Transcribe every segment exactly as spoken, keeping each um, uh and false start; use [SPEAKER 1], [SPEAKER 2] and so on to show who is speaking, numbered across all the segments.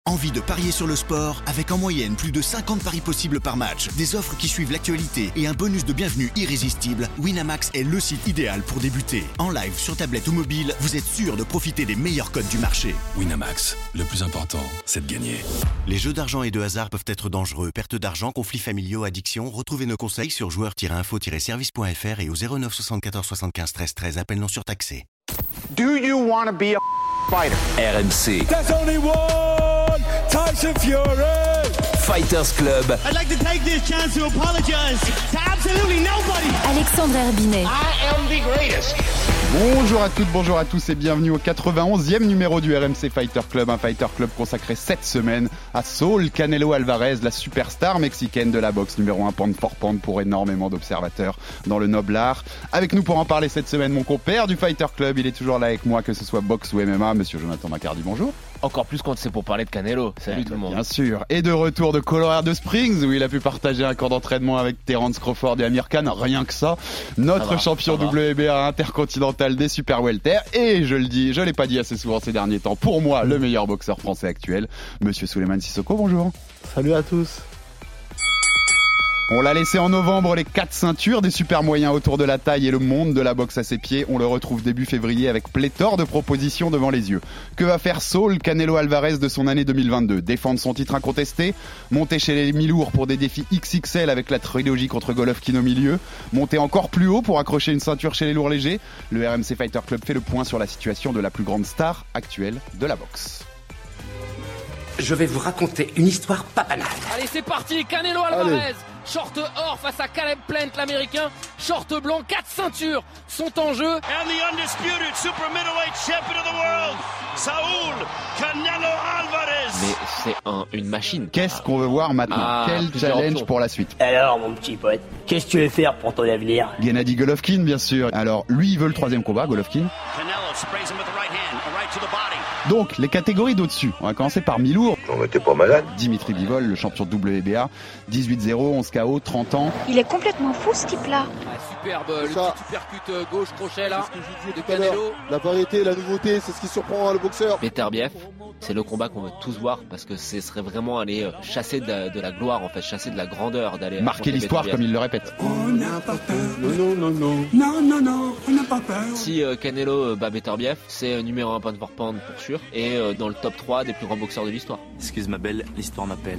[SPEAKER 1] Envie de parier sur le sport avec en moyenne plus de cinquante paris possibles par match, des offres qui suivent l'actualité et un bonus de bienvenue irrésistible? Winamax est le site idéal pour débuter. En live, sur tablette ou mobile, vous êtes sûr de profiter des meilleurs codes du marché.
[SPEAKER 2] Winamax, le plus important, c'est de gagner.
[SPEAKER 1] Les jeux d'argent et de hasard peuvent être dangereux. Perte d'argent, conflits familiaux, addiction. Retrouvez nos conseils sur joueurs tiret info tiret service point f r et au zéro neuf soixante-quatorze soixante-quinze treize treize. Appel non surtaxé.
[SPEAKER 3] Do you want to be a fighter?
[SPEAKER 2] R M C.
[SPEAKER 4] There's only one Tyson Fury.
[SPEAKER 2] Fighters Club.
[SPEAKER 5] I'd like to take this chance to apologize to absolutely nobody.
[SPEAKER 6] Alexandre Herbinet.
[SPEAKER 3] I am the greatest.
[SPEAKER 7] Bonjour à toutes, bonjour à tous et bienvenue au quatre-vingt-onzième numéro du R M C Fighter Club, un Fighter Club consacré cette semaine à Saul Canelo Alvarez, la superstar mexicaine de la boxe, numéro un pound for pound pour énormément d'observateurs dans le noble art. Avec nous pour en parler cette semaine, mon compère du Fighter Club, il est toujours là avec moi, que ce soit boxe ou M M A, monsieur Jonathan Macardy, bonjour.
[SPEAKER 8] Encore plus quand c'est pour parler de Canelo. Salut
[SPEAKER 7] ouais,
[SPEAKER 8] tout le monde.
[SPEAKER 7] Bien sûr. Et de retour de Colorado Springs où il a pu partager un camp d'entraînement avec Terence Crawford et Amir Khan. Rien que ça. Notre
[SPEAKER 8] ça va,
[SPEAKER 7] champion W B A intercontinental des super welter. Et je le dis, je l'ai pas dit assez souvent ces derniers temps. Pour moi, le meilleur boxeur français actuel, monsieur Souleymane Sissoko. Bonjour.
[SPEAKER 9] Salut à tous.
[SPEAKER 7] On l'a laissé en novembre, les quatre ceintures des super moyens autour de la taille et le monde de la boxe à ses pieds. On le retrouve début février avec pléthore de propositions devant les yeux. Que va faire Saul Canelo Alvarez de son année deux mille vingt-deux? Défendre son titre incontesté? Monter chez les mi-lourds pour des défis X X L avec la trilogie contre Golovkin au milieu? Monter encore plus haut pour accrocher une ceinture chez les lourds légers? Le R M C Fighter Club fait le point sur la situation de la plus grande star actuelle de la boxe.
[SPEAKER 10] Je vais vous raconter une histoire pas banale.
[SPEAKER 11] Allez, c'est parti, Canelo Alvarez. Allez. Short or face à Caleb Plant, l'américain. Short blanc, quatre ceintures sont en jeu.
[SPEAKER 12] And the undisputed super middleweight champion of the world, Saul Canelo Alvarez.
[SPEAKER 8] Mais c'est un, une machine.
[SPEAKER 7] Qu'est-ce qu'on veut voir maintenant?
[SPEAKER 8] ah,
[SPEAKER 7] Quel challenge options. Pour la suite?
[SPEAKER 13] Alors, mon petit pote, qu'est-ce que tu veux faire pour ton avenir?
[SPEAKER 7] Gennady Golovkin, bien sûr. Alors, lui, il veut le troisième combat, Golovkin.
[SPEAKER 12] Canelo sprays him with the right hand, a right to the body.
[SPEAKER 7] Donc, les catégories d'au-dessus. On va commencer par mi-lourd.
[SPEAKER 14] J'en étais pas malade.
[SPEAKER 7] Dimitri Bivol, le champion de W B A. dix-huit zéro, onze K O, trente ans.
[SPEAKER 6] Il est complètement fou, ce type-là.
[SPEAKER 11] Ah, superbe, le
[SPEAKER 15] ça.
[SPEAKER 11] petit uppercut gauche crochet là.
[SPEAKER 15] Ce de Canelo. La variété, la nouveauté, c'est ce qui surprend le boxeur.
[SPEAKER 8] Beterbiev, c'est le combat qu'on veut tous voir parce que ce serait vraiment aller chasser de, de la gloire, en fait, chasser de la grandeur, d'aller
[SPEAKER 7] marquer l'histoire comme il le répète.
[SPEAKER 15] On n'a pas peur. Non, non, non, non. Non, non, non, on n'a pas peur.
[SPEAKER 8] Si euh, Canelo bat Beterbiev, c'est euh, numéro un pound for pound pour sûr. Et euh, dans le top trois des plus grands boxeurs de l'histoire.
[SPEAKER 16] Excuse ma belle, l'histoire m'appelle.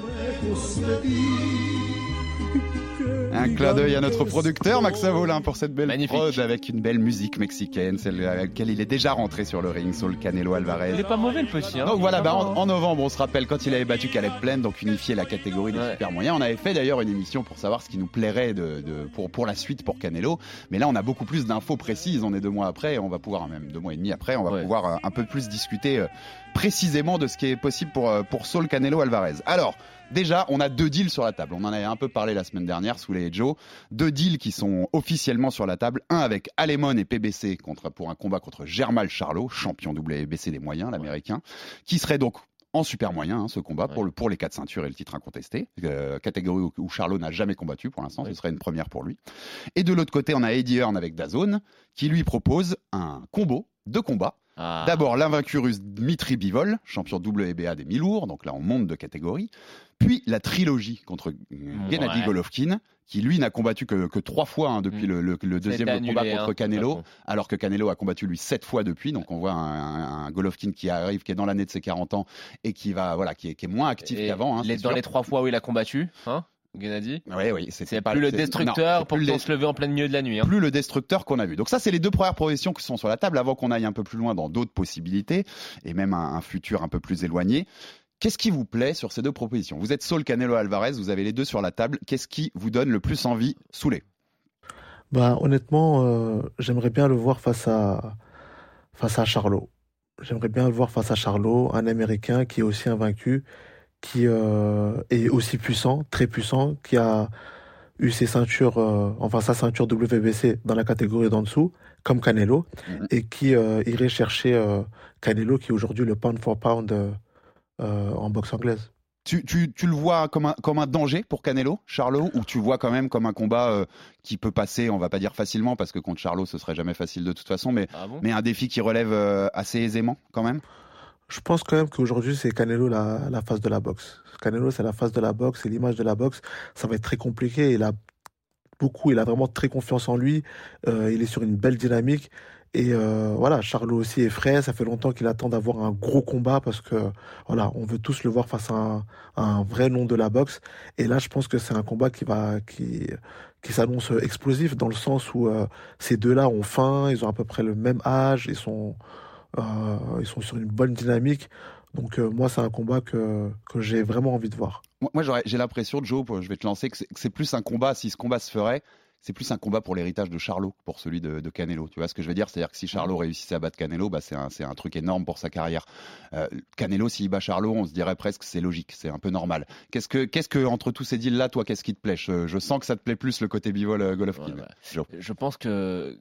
[SPEAKER 7] Un clin d'œil à notre producteur Max Avolin pour cette belle
[SPEAKER 8] magnifique
[SPEAKER 7] prod avec une belle musique mexicaine, celle avec laquelle il est déjà rentré sur le ring, Saul Canelo Alvarez.
[SPEAKER 8] Il est pas mauvais le petit. Hein.
[SPEAKER 7] Donc voilà, bah, en, en novembre, on se rappelle quand il avait battu Caleb Plant, donc unifié la catégorie des ouais. super moyens. On avait fait d'ailleurs une émission pour savoir ce qui nous plairait de, de, pour, pour la suite pour Canelo. Mais là, on a beaucoup plus d'infos précises. On est deux mois après, on va pouvoir, même deux mois et demi après, on va ouais. pouvoir un peu plus discuter euh, précisément de ce qui est possible pour, pour Saul Canelo Alvarez. Alors, déjà, on a deux deals sur la table. On en avait un peu parlé la semaine dernière sous les Joe. Deux deals qui sont officiellement sur la table. Un avec Alemon et P B C contre, pour un combat contre Jermall Charlo, champion W B C des moyens, l'américain, qui serait donc en super moyen, hein, ce combat, ouais. pour, le, pour les quatre ceintures et le titre incontesté. Euh, catégorie où, où Charlo n'a jamais combattu pour l'instant. Ouais. Ce serait une première pour lui. Et de l'autre côté, on a Eddie Hearn avec DAZN qui lui propose un combo, deux combats. Ah. D'abord, l'invaincu russe Dmitri Bivol, champion W B A des mi-lourds, donc là on monte de catégorie. Puis la trilogie contre Gennady ouais. Golovkin, qui lui n'a combattu que, que trois fois hein, depuis mmh. le, le, le deuxième annulé, combat contre hein, Canelo, alors que Canelo a combattu lui sept fois depuis. Donc on voit un, un, un Golovkin qui arrive, qui est dans l'année de ses quarante ans et qui va, voilà, qui est, qui est moins actif et qu'avant. Hein,
[SPEAKER 8] les, dans sûr. Les trois fois où il a combattu, hein Gennady.
[SPEAKER 7] Oui, oui,
[SPEAKER 8] c'est, c'est pas plus le destructeur non, pour qu'on se lever en plein milieu de la nuit. Hein.
[SPEAKER 7] Plus le destructeur qu'on a vu. Donc ça, c'est les deux premières propositions qui sont sur la table avant qu'on aille un peu plus loin dans d'autres possibilités et même un, un futur un peu plus éloigné. Qu'est-ce qui vous plaît sur ces deux propositions? Vous êtes Saul Canelo Alvarez, vous avez les deux sur la table. Qu'est-ce qui vous donne le plus envie? Soulé.
[SPEAKER 9] Bah, honnêtement, euh, j'aimerais bien le voir face à, face à Charlo. J'aimerais bien le voir face à Charlo, un Américain qui est aussi invaincu, qui euh, est aussi puissant, très puissant, qui a eu ses ceintures, euh, enfin sa ceinture W B C dans la catégorie d'en dessous, comme Canelo, mmh. et qui euh, irait chercher euh, Canelo, qui est aujourd'hui le pound for pound euh, euh, en boxe anglaise.
[SPEAKER 7] Tu, tu, tu le vois comme un, comme un danger pour Canelo, Charlo, ou tu le vois quand même comme un combat euh, qui peut passer, on va pas dire facilement, parce que contre Charlo, ce serait jamais facile de toute façon, mais, ah bon mais un défi qui relève euh, assez aisément quand même?
[SPEAKER 9] Je pense quand même qu'aujourd'hui, c'est Canelo la, la face de la boxe. Canelo, c'est la face de la boxe, c'est l'image de la boxe. Ça va être très compliqué. Il a beaucoup, il a vraiment très confiance en lui. Euh, il est sur une belle dynamique. Et euh, voilà, Charlo aussi est frais. Ça fait longtemps qu'il attend d'avoir un gros combat parce que voilà, on veut tous le voir face à un, à un vrai nom de la boxe. Et là, je pense que c'est un combat qui va, qui, qui s'annonce explosif dans le sens où euh, ces deux-là ont faim, ils ont à peu près le même âge, ils sont, euh, ils sont sur une bonne dynamique. Donc euh, moi, c'est un combat que, que j'ai vraiment envie de voir.
[SPEAKER 7] Moi, j'aurais, j'ai l'impression, Joe, je vais te lancer, que c'est, que c'est plus un combat, si ce combat se ferait, c'est plus un combat pour l'héritage de Charlo, pour celui de, de Canelo. Tu vois ce que je veux dire ? C'est-à-dire que si Charlo réussissait à battre Canelo, bah c'est, un, c'est un truc énorme pour sa carrière. Euh, Canelo, s'il bat Charlo, on se dirait presque que c'est logique, c'est un peu normal. Qu'est-ce que, qu'est-ce que entre tous ces deals-là, toi, qu'est-ce qui te plaît ? je, je sens que ça te plaît plus le côté bivol euh, Golovkin.
[SPEAKER 8] Ouais, ouais. Je pense que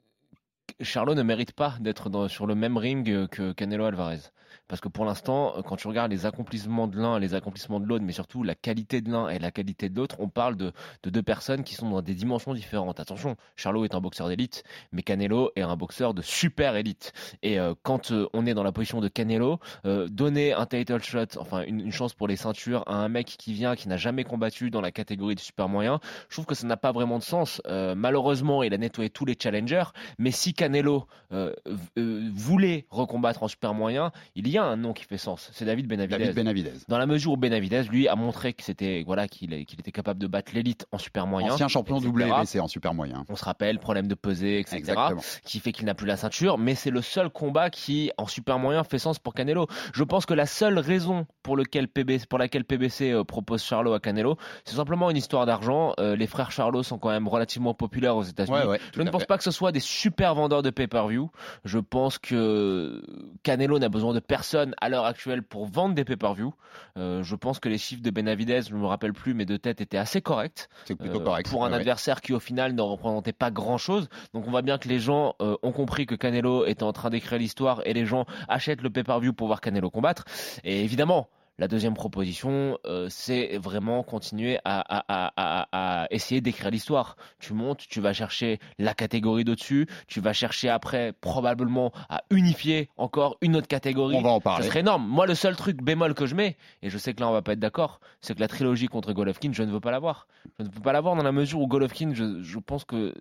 [SPEAKER 8] Charlo ne mérite pas d'être dans, sur le même ring que Canelo Alvarez. Parce que pour l'instant, quand tu regardes les accomplissements de l'un et les accomplissements de l'autre, mais surtout la qualité de l'un et la qualité de l'autre, on parle de, de deux personnes qui sont dans des dimensions différentes. Attention, Charlo est un boxeur d'élite, mais Canelo est un boxeur de super élite. Et euh, quand euh, on est dans la position de Canelo, euh, donner un title shot, enfin une, une chance pour les ceintures à un mec qui vient, qui n'a jamais combattu dans la catégorie de super moyen, je trouve que ça n'a pas vraiment de sens. Euh, malheureusement, il a nettoyé tous les challengers, mais si Canelo euh, euh, voulait recombattre en super moyen, il y a un nom qui fait sens, c'est David Benavidez.
[SPEAKER 7] David Benavidez.
[SPEAKER 8] Dans la mesure où Benavidez, lui, a montré que c'était, voilà, qu'il, est, qu'il était capable de battre l'élite en super moyen.
[SPEAKER 7] Ancien champion W B C en super moyen.
[SPEAKER 8] On se rappelle, problème de pesée, et cetera.
[SPEAKER 7] Exactement.
[SPEAKER 8] Qui fait qu'il n'a plus la ceinture, mais c'est le seul combat qui, en super moyen, fait sens pour Canelo. Je pense que la seule raison pour, lequel P B C, pour laquelle P B C euh, propose Charlo à Canelo, c'est simplement une histoire d'argent. Euh, les frères Charlo sont quand même relativement populaires aux États-Unis.
[SPEAKER 7] Ouais, ouais,
[SPEAKER 8] Je ne pense
[SPEAKER 7] fait.
[SPEAKER 8] pas que ce soit des super vendeurs de pay-per-view. Je pense que Canelo n'a besoin de personne à l'heure actuelle pour vendre des pay-per-view. Euh, je pense que les chiffres de Benavidez, je ne me rappelle plus, mais de tête étaient assez corrects.
[SPEAKER 7] C'est plutôt
[SPEAKER 8] euh,
[SPEAKER 7] correct.
[SPEAKER 8] Pour un
[SPEAKER 7] ouais,
[SPEAKER 8] adversaire qui au final ne représentait pas grand-chose. Donc on voit bien que les gens euh, ont compris que Canelo était en train d'écrire l'histoire et les gens achètent le pay-per-view pour voir Canelo combattre. Et évidemment, la deuxième proposition, euh, c'est vraiment continuer à, à, à, à, à essayer d'écrire l'histoire. Tu montes, tu vas chercher la catégorie d'au-dessus, tu vas chercher après probablement à unifier encore une autre catégorie.
[SPEAKER 7] On va en parler.
[SPEAKER 8] Ça serait énorme. Moi, le seul truc bémol que je mets, et je sais que là on va pas être d'accord, c'est que la trilogie contre Golovkin, je ne veux pas l'avoir. Je ne veux pas l'avoir dans la mesure où Golovkin, je, je pense que...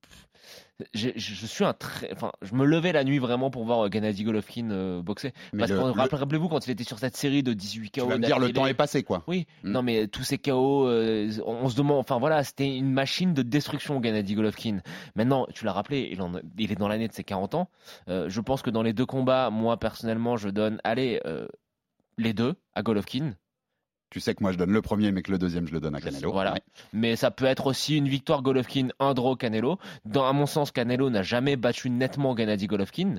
[SPEAKER 8] Je, je suis un très, enfin, je me levais la nuit vraiment pour voir Gennady Golovkin euh, boxer.
[SPEAKER 7] Mais
[SPEAKER 8] Parce
[SPEAKER 7] le,
[SPEAKER 8] que
[SPEAKER 7] le...
[SPEAKER 8] rappelez-vous quand il était sur cette série de dix-huit K O.
[SPEAKER 7] Tu vas me dire le temps est passé quoi.
[SPEAKER 8] Oui.
[SPEAKER 7] Mm.
[SPEAKER 8] Non mais tous ces K O, euh, on, on se demande, enfin voilà, c'était une machine de destruction Gennady Golovkin. Maintenant, tu l'as rappelé, il, en, il est dans l'année de ses quarante ans. Euh, je pense que dans les deux combats, moi personnellement, je donne, allez, euh, les deux à Golovkin.
[SPEAKER 7] Tu sais que moi je donne le premier, mais que le deuxième je le donne à Canelo.
[SPEAKER 8] Voilà.
[SPEAKER 7] Ouais.
[SPEAKER 8] Mais ça peut être aussi une victoire Golovkin, un draw Canelo. Dans, à mon sens, Canelo n'a jamais battu nettement Gennady Golovkin.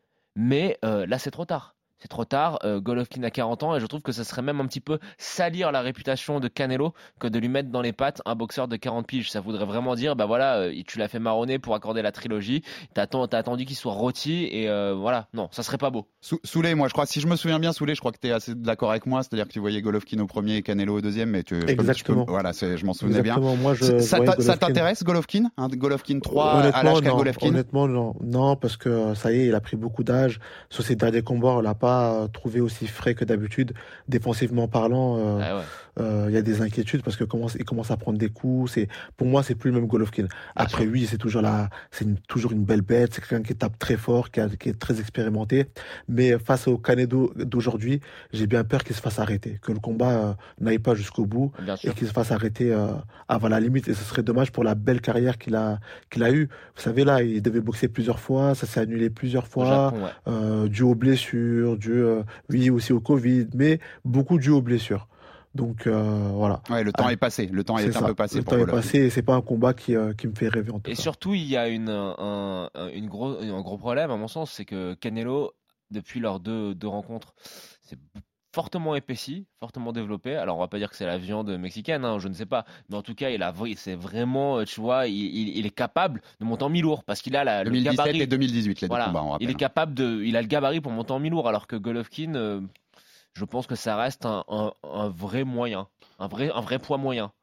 [SPEAKER 8] Mais euh, là, c'est trop tard. C'est trop tard. Euh, Golovkin a quarante ans et je trouve que ça serait même un petit peu salir la réputation de Canelo que de lui mettre dans les pattes un boxeur de quarante piges. Ça voudrait vraiment dire, bah voilà, euh, tu l'as fait marronner pour accorder la trilogie. T'as, t'as attendu qu'il soit rôti et euh, voilà. Non, ça serait pas beau.
[SPEAKER 7] Sou- Souley, moi je crois, si je me souviens bien, Souley, je crois que tu es assez d'accord avec moi, c'est-à-dire que tu voyais Golovkin au premier et Canelo au deuxième, mais tu.
[SPEAKER 9] Exactement.
[SPEAKER 7] Je peux, voilà, c'est, je m'en souvenais
[SPEAKER 9] Exactement.
[SPEAKER 7] bien.
[SPEAKER 9] Moi, je,
[SPEAKER 7] ça,
[SPEAKER 9] je
[SPEAKER 7] t'a,
[SPEAKER 9] Golovkin.
[SPEAKER 7] ça t'intéresse Golovkin, hein, Golovkin trois
[SPEAKER 9] honnêtement,
[SPEAKER 7] à l'âge qu'a
[SPEAKER 9] non,
[SPEAKER 7] Golovkin.
[SPEAKER 9] Honnêtement, non, non, parce que ça y est, il a pris beaucoup d'âge. Sur ses derniers combats, on l'a pas trouvé aussi frais que d'habitude. Défensivement parlant, euh,
[SPEAKER 8] Ah ouais.
[SPEAKER 9] euh, il y a des inquiétudes parce que commence, il commence à prendre des coups. C'est, pour moi, c'est plus le même Golovkin. Après, oui, c'est toujours la, c'est une, toujours une belle bête. C'est quelqu'un qui tape très fort, qui, a, qui est très expérimenté. Mais face au Canelo d'aujourd'hui, j'ai bien peur qu'il se fasse arrêter, que le combat euh, n'aille pas jusqu'au bout et qu'il se fasse arrêter euh, avant la limite. Et ce serait dommage pour la belle carrière qu'il a, qu'il a eue. Vous savez, là, il devait boxer plusieurs fois, ça s'est annulé plusieurs fois,
[SPEAKER 8] Japon, ouais.
[SPEAKER 9] euh, dû aux blessures, dû, euh, oui, aussi au Covid, mais beaucoup dû aux blessures. Donc euh, voilà.
[SPEAKER 7] Ouais, le temps
[SPEAKER 9] Ah,
[SPEAKER 7] est passé. Le temps
[SPEAKER 9] c'est
[SPEAKER 7] est
[SPEAKER 9] ça.
[SPEAKER 7] un peu passé.
[SPEAKER 9] Le
[SPEAKER 7] pour
[SPEAKER 9] temps est
[SPEAKER 7] Golovkin.
[SPEAKER 9] passé et c'est pas un combat qui, euh, qui me fait rêver en tout
[SPEAKER 8] Et
[SPEAKER 9] cas.
[SPEAKER 8] surtout, il y a une, un, un, une gros, un gros problème, à mon sens, c'est que Canelo, depuis leurs deux, deux rencontres, c'est fortement épaissi, fortement développé. Alors, on va pas dire que c'est la viande mexicaine, hein, je ne sais pas. Mais en tout cas, il a, c'est vraiment, tu vois, il, il, il est capable de monter en mi-lourd parce qu'il a la,
[SPEAKER 7] deux
[SPEAKER 8] le
[SPEAKER 7] mille dix-sept
[SPEAKER 8] gabarit.
[SPEAKER 7] et deux mille dix-huit, les
[SPEAKER 8] Voilà.
[SPEAKER 7] deux combats, on rappelle.
[SPEAKER 8] Il est capable de, il a le gabarit pour monter en mi-lourd, alors que Golovkin, euh, je pense que ça reste un, un, un vrai moyen, un vrai, un vrai poids moyen.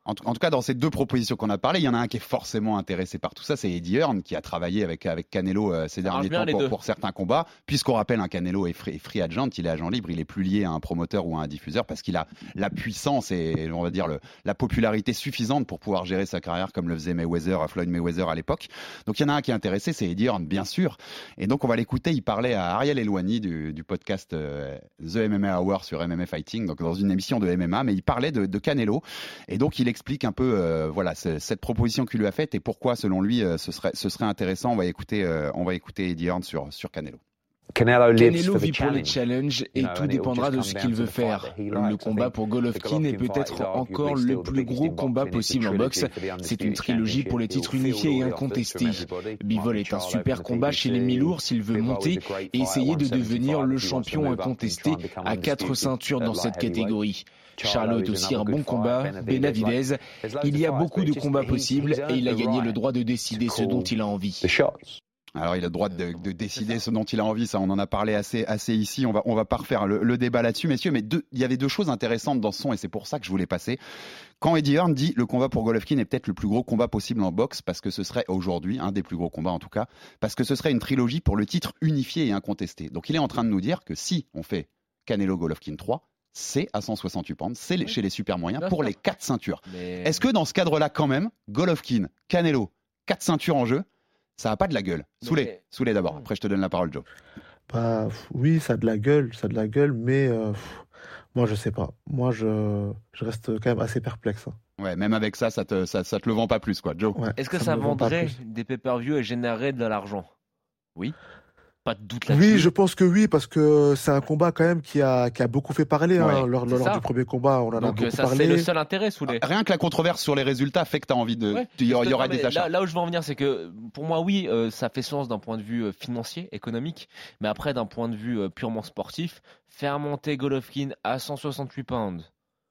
[SPEAKER 7] En tout, en tout cas, dans ces deux propositions qu'on a parlé, il y en a un qui est forcément intéressé par tout ça, c'est Eddie Hearn, qui a travaillé avec, avec Canelo euh, ces derniers temps pour, pour certains combats. Puisqu'on rappelle, un Canelo est free, free agent, il est agent libre, il est plus lié à un promoteur ou à un diffuseur parce qu'il a la puissance et on va dire le, la popularité suffisante pour pouvoir gérer sa carrière comme le faisait Mayweather, Floyd Mayweather à l'époque. Donc il y en a un qui est intéressé, c'est Eddie Hearn, bien sûr. Et donc on va l'écouter, il parlait à Ariel Helwani du, du podcast euh, The M M A Hour sur M M A Fighting, donc dans une émission de M M A, mais il parlait de, de Canelo. Et donc il explique un peu euh, voilà cette proposition qu'il lui a faite et pourquoi selon lui euh, ce serait ce serait intéressant. On va écouter euh, on va écouter Eddie Hearn sur sur Canelo.
[SPEAKER 14] Canelo vit pour les challenges et tout dépendra de ce qu'il veut faire. Le combat pour Golovkin est peut-être encore le plus gros combat possible en boxe. C'est une trilogie pour les titres unifiés et incontestés. Bivol est un super combat chez les mi-lourds s'il veut monter et essayer de devenir le champion incontesté à quatre ceintures dans cette catégorie. Charlo est aussi un bon combat, Benavidez. Il y a beaucoup de combats possibles et il a gagné le droit de décider ce dont il a envie.
[SPEAKER 7] Alors il a le droit de, de décider ce dont il a envie, ça on en a parlé assez, assez ici, on va, on va pas refaire le, le débat là-dessus messieurs, mais deux, il y avait deux choses intéressantes dans ce son et c'est pour ça que je voulais passer. Quand Eddie Hearn dit le combat pour Golovkin est peut-être le plus gros combat possible en boxe parce que ce serait aujourd'hui, un des plus gros combats en tout cas, parce que ce serait une trilogie pour le titre unifié et incontesté. Donc il est en train de nous dire que si on fait Canelo Golovkin trois, c'est à cent soixante-huit pounds, c'est oui. chez les super moyens pour les quatre ceintures. Mais... Est-ce que dans ce cadre-là quand même, Golovkin, Canelo, quatre ceintures en jeu, ça n'a pas de la gueule. Soulé, mais... Soulé d'abord. Après, je te donne la parole, Joe.
[SPEAKER 9] Bah, oui, ça a de la gueule, ça a de la gueule, mais euh, moi, je sais pas. Moi, je, je reste quand même assez perplexe. Hein.
[SPEAKER 7] Ouais, même avec ça, ça te, ça, ça te le vend pas plus, quoi, Joe.
[SPEAKER 8] Ouais, Est-ce que ça, ça vendrait des pay-per-view et générerait de l'argent ? Oui. Pas de doute là-dessus.
[SPEAKER 9] Oui, je pense que oui, parce que c'est un combat quand même qui a, qui a beaucoup fait parler ouais, hein, lors, lors du premier combat. On en
[SPEAKER 8] Donc,
[SPEAKER 9] a beaucoup
[SPEAKER 8] ça,
[SPEAKER 9] parlé.
[SPEAKER 8] C'est le seul intérêt, Soulé.
[SPEAKER 7] Rien que la controverse sur les résultats fait que tu as envie de. Ouais, il y, y aura des achats.
[SPEAKER 8] Là, là où je veux en venir, c'est que pour moi, oui, euh, ça fait sens d'un point de vue euh, financier, économique, mais après, d'un point de vue euh, purement sportif, faire monter Golovkin à cent soixante-huit pounds,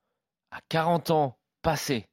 [SPEAKER 8] à quarante ans passés.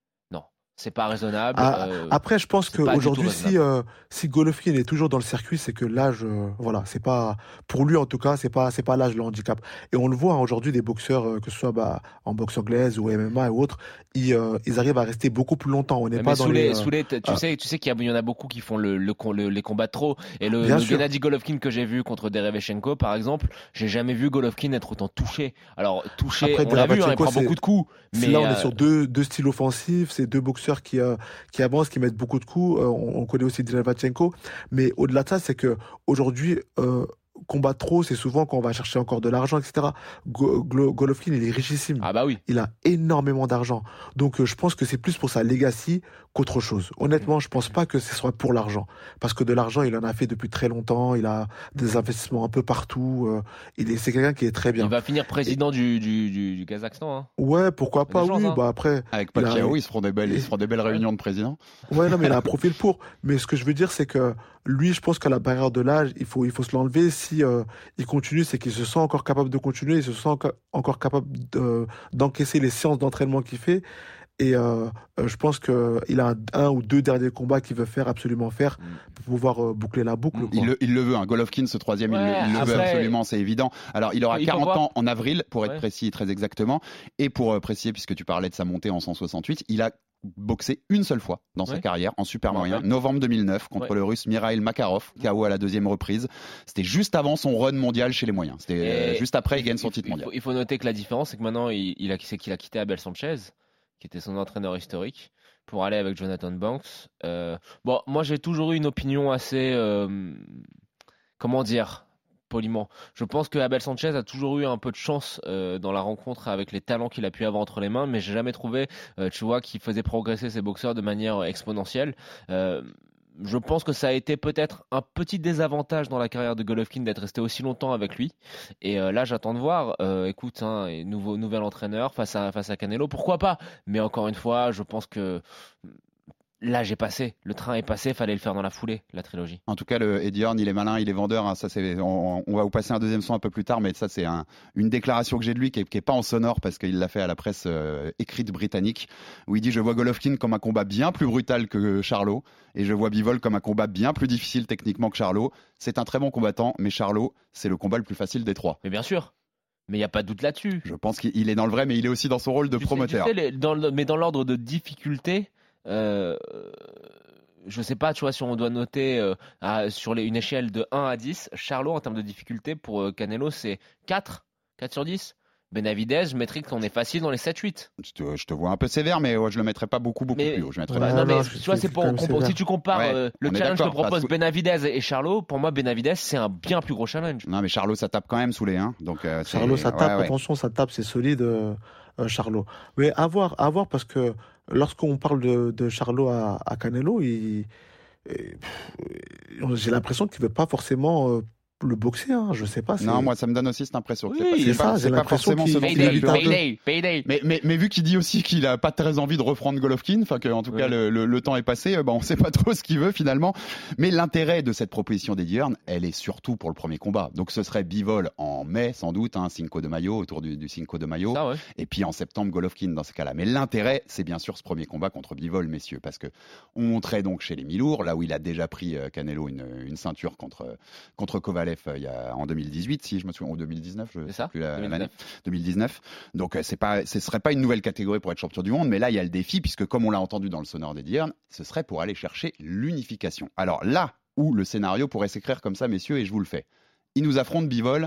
[SPEAKER 8] C'est pas raisonnable.
[SPEAKER 9] Ah,
[SPEAKER 8] euh,
[SPEAKER 9] après, je pense qu'aujourd'hui, si, euh, si Golovkin est toujours dans le circuit, c'est que l'âge, euh, voilà, c'est pas, pour lui en tout cas, c'est pas, c'est pas l'âge le handicap. Et on le voit hein, aujourd'hui, des boxeurs, euh, que ce soit bah, en boxe anglaise ou M M A ou autre, ils, euh, ils arrivent à rester beaucoup plus longtemps. On n'est pas dans
[SPEAKER 8] les.
[SPEAKER 9] les
[SPEAKER 8] Soulé, tu
[SPEAKER 9] ah.
[SPEAKER 8] sais, tu sais qu'il y, y en a beaucoup qui font le, le, le, les combats de trop. Et le, le Gennady Golovkin que j'ai vu contre Derevchenko, par exemple, j'ai jamais vu Golovkin être autant touché. Alors touché,
[SPEAKER 9] Après,
[SPEAKER 8] on l'a vu, hein, il prend beaucoup de coups.
[SPEAKER 9] Mais là, on est sur deux, deux styles offensifs, c'est deux boxeurs qui euh, qui avancent, qui mettent beaucoup de coups. Euh, on, on connaît aussi Derevchenko. Mais au-delà de ça, c'est que aujourd'hui, euh, combattre trop, c'est souvent quand on va chercher encore de l'argent, et cetera. Go- Go- Golovkin, il est richissime.
[SPEAKER 8] Ah bah oui.
[SPEAKER 9] Il a énormément d'argent. Donc, euh, je pense que c'est plus pour sa legacy qu'autre chose. Honnêtement, je pense pas que ce soit pour l'argent. Parce que de l'argent, il en a fait depuis très longtemps. Il a des investissements un peu partout. Euh, il est, c'est quelqu'un qui est très bien.
[SPEAKER 8] Il va finir président Et... du, du, du, du Kazakhstan. Hein.
[SPEAKER 9] Ouais, pourquoi pas,
[SPEAKER 8] chances,
[SPEAKER 9] oui.
[SPEAKER 8] Hein.
[SPEAKER 9] Bah après.
[SPEAKER 7] Avec Pacquiao, a... ils se feront des belles, ils se feront des belles réunions de présidents.
[SPEAKER 9] Ouais, non, mais il a un profil pour. Mais ce que je veux dire, c'est que lui, je pense qu'à la barrière de l'âge, il faut, il faut se l'enlever. Si euh, il continue, c'est qu'il se sent encore capable de continuer. Il se sent encore, encore capable de, d'encaisser les séances d'entraînement qu'il fait. Et euh, je pense qu'il a un, un ou deux derniers combats qu'il veut faire, absolument faire, pour pouvoir euh, boucler la boucle.
[SPEAKER 7] Il le, il le veut, hein. Golovkin, ce troisième, ouais, il le, il le veut absolument, c'est évident. Alors, il aura il quarante ans en avril, pour être ouais. précis, très exactement. Et pour euh, préciser, puisque tu parlais de sa montée en cent soixante-huit, il a boxé une seule fois dans ouais. sa carrière en super moyen, ouais. novembre deux mille neuf, contre ouais. le russe Mikhail Makarov, K O à la deuxième reprise. C'était juste avant son run mondial chez les moyens. C'était euh, juste après, il gagne son titre
[SPEAKER 8] il
[SPEAKER 7] mondial.
[SPEAKER 8] Faut, il faut noter que la différence, c'est que maintenant, il, il a, c'est qu'il a quitté Abel Sanchez, qui était son entraîneur historique, pour aller avec Jonathan Banks. Euh, bon, moi, j'ai toujours eu une opinion assez... Euh, comment dire poliment. Je pense que Abel Sanchez a toujours eu un peu de chance euh, dans la rencontre avec les talents qu'il a pu avoir entre les mains, mais j'ai jamais trouvé, euh, tu vois, qu'il faisait progresser ses boxeurs de manière exponentielle. Euh, Je pense que ça a été peut-être un petit désavantage dans la carrière de Golovkin d'être resté aussi longtemps avec lui. Et euh, là, j'attends de voir. Euh, écoute, hein, nouveau, nouvel entraîneur face à, face à Canelo, pourquoi pas ? Mais encore une fois, je pense que là, j'ai passé. Le train est passé, fallait le faire dans la foulée, la trilogie.
[SPEAKER 7] En tout cas, le Eddie Hearn, il est malin, il est vendeur. Hein, ça, c'est, on, on va vous passer un deuxième son un peu plus tard, mais ça, c'est un, une déclaration que j'ai de lui qui est, qui est pas en sonore parce qu'il l'a fait à la presse euh, écrite britannique, où il dit « Je vois Golovkin comme un combat bien plus brutal que Charlo, et je vois Bivol comme un combat bien plus difficile techniquement que Charlo. C'est un très bon combattant, mais Charlo, c'est le combat le plus facile des trois. »
[SPEAKER 8] Mais bien sûr. Mais il n'y a pas de doute là-dessus.
[SPEAKER 7] Je pense qu'il est dans le vrai, mais il est aussi dans son rôle de
[SPEAKER 8] tu
[SPEAKER 7] promoteur.
[SPEAKER 8] Sais, tu sais, les, dans le, mais dans l'ordre de difficulté, euh, je ne sais pas, tu vois, si on doit noter euh, à, sur les, une échelle de un à dix, Charlo, en termes de difficulté, pour euh, Canelo, c'est quatre, quatre sur dix. Benavidez, je mettrais qu'on est facile dans les sept huit.
[SPEAKER 7] Je te, je te vois un peu sévère, mais ouais, je le mettrais pas beaucoup, beaucoup
[SPEAKER 8] mais,
[SPEAKER 7] plus haut. Je mettrais
[SPEAKER 8] bah,
[SPEAKER 7] pas
[SPEAKER 8] non, mais tu vois, c'est pour, pour si tu compares ouais, euh, le challenge que propose Benavidez et Charlo, pour moi, Benavidez, c'est un bien plus gros challenge.
[SPEAKER 7] Non, mais Charlo, ça tape quand même sous les hein. Donc, euh,
[SPEAKER 9] Charlo, ça tape, ouais, ouais. Attention, ça tape, c'est solide, euh, euh, Charlo. Mais à voir, à voir, parce que lorsqu'on parle de, de Charlo à, à Canelo, il, et, pff, j'ai l'impression qu'il ne veut pas forcément. Euh, le boxer, hein, je sais pas.
[SPEAKER 7] Non, moi ça me donne aussi cette impression.
[SPEAKER 9] Oui, c'est, c'est pas, ça, c'est pas forcément ce dont il
[SPEAKER 8] payday, payday, payday.
[SPEAKER 7] Mais, mais, mais vu qu'il dit aussi qu'il a pas très envie de reprendre Golovkin, enfin que en tout oui. cas le, le, le temps est passé, bah on sait pas trop ce qu'il veut finalement. Mais l'intérêt de cette proposition d'Eddie Hearn, elle est surtout pour le premier combat. Donc ce serait Bivol en mai sans doute, hein, Cinco de Mayo autour du, du Cinco de Mayo,
[SPEAKER 8] ça, ouais.
[SPEAKER 7] Et puis en septembre Golovkin dans ce cas-là. Mais l'intérêt, c'est bien sûr ce premier combat contre Bivol, messieurs, parce que on montrait donc chez les mi-lourds, là où il a déjà pris euh, Canelo une, une ceinture contre contre Kovalev euh, il y a en deux mille dix-huit, si je me souviens, ou deux mille dix-neuf, je
[SPEAKER 8] c'est ça,
[SPEAKER 7] plus la,
[SPEAKER 8] deux mille dix-neuf.
[SPEAKER 7] deux mille dix-neuf. Donc c'est pas, ce serait pas une nouvelle catégorie pour être champion du monde, mais là il y a le défi puisque comme on l'a entendu dans le sonore d'Eddie Hearn, ce serait pour aller chercher l'unification. Alors là où le scénario pourrait s'écrire comme ça, messieurs, et je vous le fais. Il nous affronte Bivol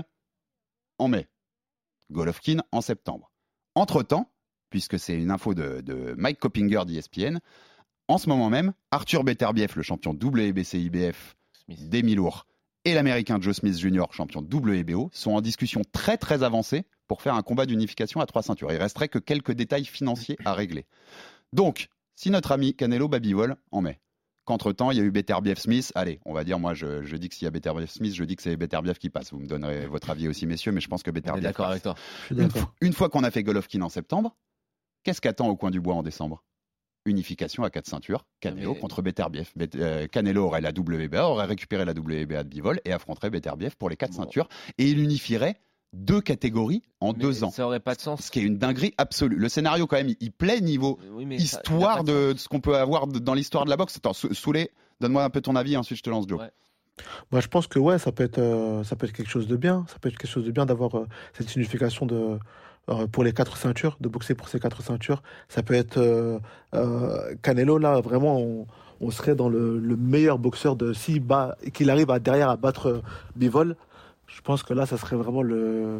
[SPEAKER 7] en mai, Golovkin en septembre. Entre-temps, puisque c'est une info de, de Mike Coppinger d'E S P N, en ce moment même, Arthur Beterbiev, le champion W B C I B F des mi-lourds, et l'américain Joe Smith junior, champion W B O, sont en discussion très très avancée pour faire un combat d'unification à trois ceintures. Il resterait que quelques détails financiers à régler. Donc, si notre ami Canelo bat Bivol en mai, qu'entre-temps, il y a eu Beterbiev-Smith, allez, on va dire, moi je, je dis que s'il y a Beterbiev-Smith, je dis que c'est Beterbiev qui passe. Vous me donnerez votre avis aussi, messieurs, mais je pense que Beterbiev
[SPEAKER 8] d'accord
[SPEAKER 7] passe.
[SPEAKER 8] Avec toi.
[SPEAKER 7] Une, f- une fois qu'on a fait Golovkin en septembre, qu'est-ce qu'attend au coin du bois en décembre ? Unification à quatre ceintures, Canelo mais... contre Beterbiev. Bet- euh, Canelo aurait la W B A, aurait récupéré la W B A de Bivol et affronterait Beterbiev pour les quatre bon. ceintures. Et il unifierait deux catégories en mais deux ans.
[SPEAKER 8] Ça aurait pas de sens.
[SPEAKER 7] Ce qui est une dinguerie absolue. Le scénario, quand même, il plaît niveau oui, histoire ça, de, de, de ce qu'on peut avoir de, dans l'histoire de la boxe. Attends, Soulé, donne-moi un peu ton avis, ensuite je te lance Joe.
[SPEAKER 9] Ouais. Moi, je pense que ouais, ça peut être, euh, ça peut être quelque chose de bien. Ça peut être quelque chose de bien d'avoir euh, cette unification de. Pour les quatre ceintures, de boxer pour ces quatre ceintures. Ça peut être euh, euh, Canelo, là, vraiment, on, on serait dans le, le meilleur boxeur de s'il bat, qu'il arrive à, derrière à battre Bivol. Je pense que là, ça serait vraiment le.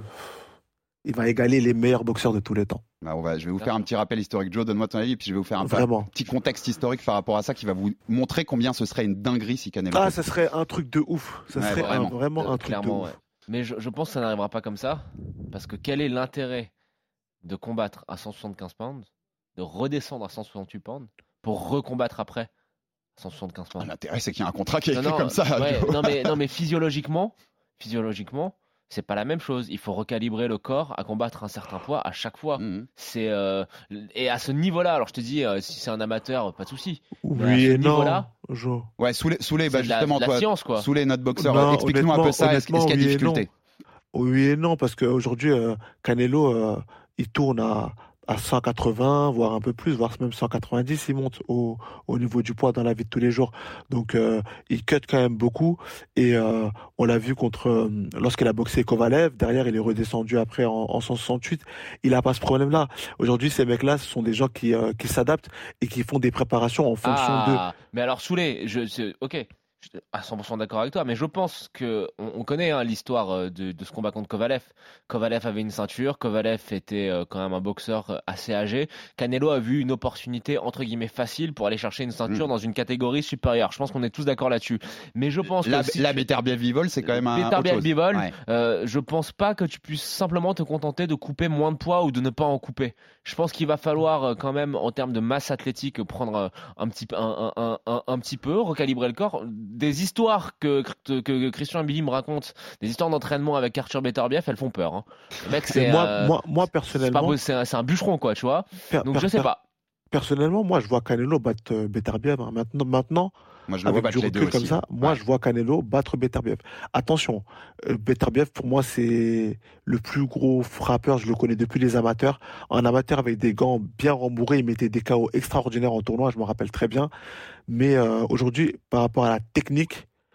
[SPEAKER 9] Il va égaler les meilleurs boxeurs de tous les temps.
[SPEAKER 7] Bah on va, je vais vous faire un petit rappel historique. Joe, donne-moi ton avis, puis je vais vous faire un,
[SPEAKER 9] vraiment.
[SPEAKER 7] un petit contexte historique par rapport à ça qui va vous montrer combien ce serait une dinguerie si Canelo.
[SPEAKER 9] Ah, ça serait un truc de ouf. Ça ouais, serait vraiment un, vraiment euh, un truc de ouf. Ouais.
[SPEAKER 8] Mais je, je pense que ça n'arrivera pas comme ça, parce que quel est l'intérêt de combattre à cent soixante-quinze pounds, de redescendre à cent soixante-huit pounds, pour recombattre après à cent soixante-quinze pounds.
[SPEAKER 7] Ah, l'intérêt, c'est qu'il y a un contrat qui est
[SPEAKER 8] non,
[SPEAKER 7] écrit
[SPEAKER 8] non,
[SPEAKER 7] comme ça.
[SPEAKER 8] Ouais, non, mais, non, mais physiologiquement, physiologiquement, c'est pas la même chose. Il faut recalibrer le corps à combattre un certain poids à chaque fois. Mmh. C'est euh, et à ce niveau-là, alors je te dis, euh, si c'est un amateur, pas de souci.
[SPEAKER 9] Oui et non. Jo.
[SPEAKER 7] Ouais, Soulé, Soulé bah, justement,
[SPEAKER 8] la,
[SPEAKER 7] toi,
[SPEAKER 8] la science, quoi.
[SPEAKER 7] Soulé, notre boxeur, explique-nous un peu ça. Est-ce, est-ce qu'il y a
[SPEAKER 9] oui
[SPEAKER 7] difficulté?
[SPEAKER 9] Oui et non, parce qu'aujourd'hui, euh, Canelo, euh, il tourne à, à cent quatre-vingts, voire un peu plus, voire même cent quatre-vingt-dix, il monte au, au niveau du poids dans la vie de tous les jours. Donc, euh, il cut quand même beaucoup. Et euh, on l'a vu contre euh, lorsqu'il a boxé Kovalev. Derrière, il est redescendu après en, en cent soixante-huit. Il n'a pas ce problème-là. Aujourd'hui, ces mecs-là, ce sont des gens qui, euh, qui s'adaptent et qui font des préparations en fonction
[SPEAKER 8] ah,
[SPEAKER 9] de...
[SPEAKER 8] Mais alors, Soulé, je, je, ok. Je suis à cent pour cent d'accord avec toi, mais je pense que on, on connaît hein, l'histoire de, de ce combat contre Kovalev. Kovalev avait une ceinture, Kovalev était euh, quand même un boxeur assez âgé. Canelo a vu une opportunité entre guillemets facile pour aller chercher une ceinture mmh. dans une catégorie supérieure. Je pense qu'on est tous d'accord là-dessus. Mais je pense
[SPEAKER 7] la,
[SPEAKER 8] que si
[SPEAKER 7] la Beterbiev-Bivol, c'est quand même un
[SPEAKER 8] Beterbiev-Bivol, ouais. euh, je pense pas que tu puisses simplement te contenter de couper moins de poids ou de ne pas en couper. Je pense qu'il va falloir quand même en termes de masse athlétique prendre un petit un, un, un, un petit peu, recalibrer le corps. Des histoires que, que, que Christian Billy me raconte, des histoires d'entraînement avec Arthur Beterbiev, elles font peur. Hein. Le mec, c'est
[SPEAKER 9] moi,
[SPEAKER 8] euh,
[SPEAKER 9] moi, moi, personnellement,
[SPEAKER 8] c'est, pas, c'est, un, c'est un bûcheron, quoi, tu vois. Per, Donc per, je sais per, pas.
[SPEAKER 9] Personnellement, moi, je vois Canelo battre euh, Beterbiev. Hein. Maintenant, maintenant.
[SPEAKER 7] Moi, je le vois battre les deux aussi.
[SPEAKER 9] Comme ça, moi, ouais. je vois Canelo battre Beterbiev. Attention, euh, Beterbiev, pour moi, c'est le plus gros frappeur. Je le connais depuis les amateurs. En amateur, avec des gants bien rembourrés, il mettait des K O extraordinaires en tournoi. Je me rappelle très bien. Mais euh, aujourd'hui, par rapport à la technique,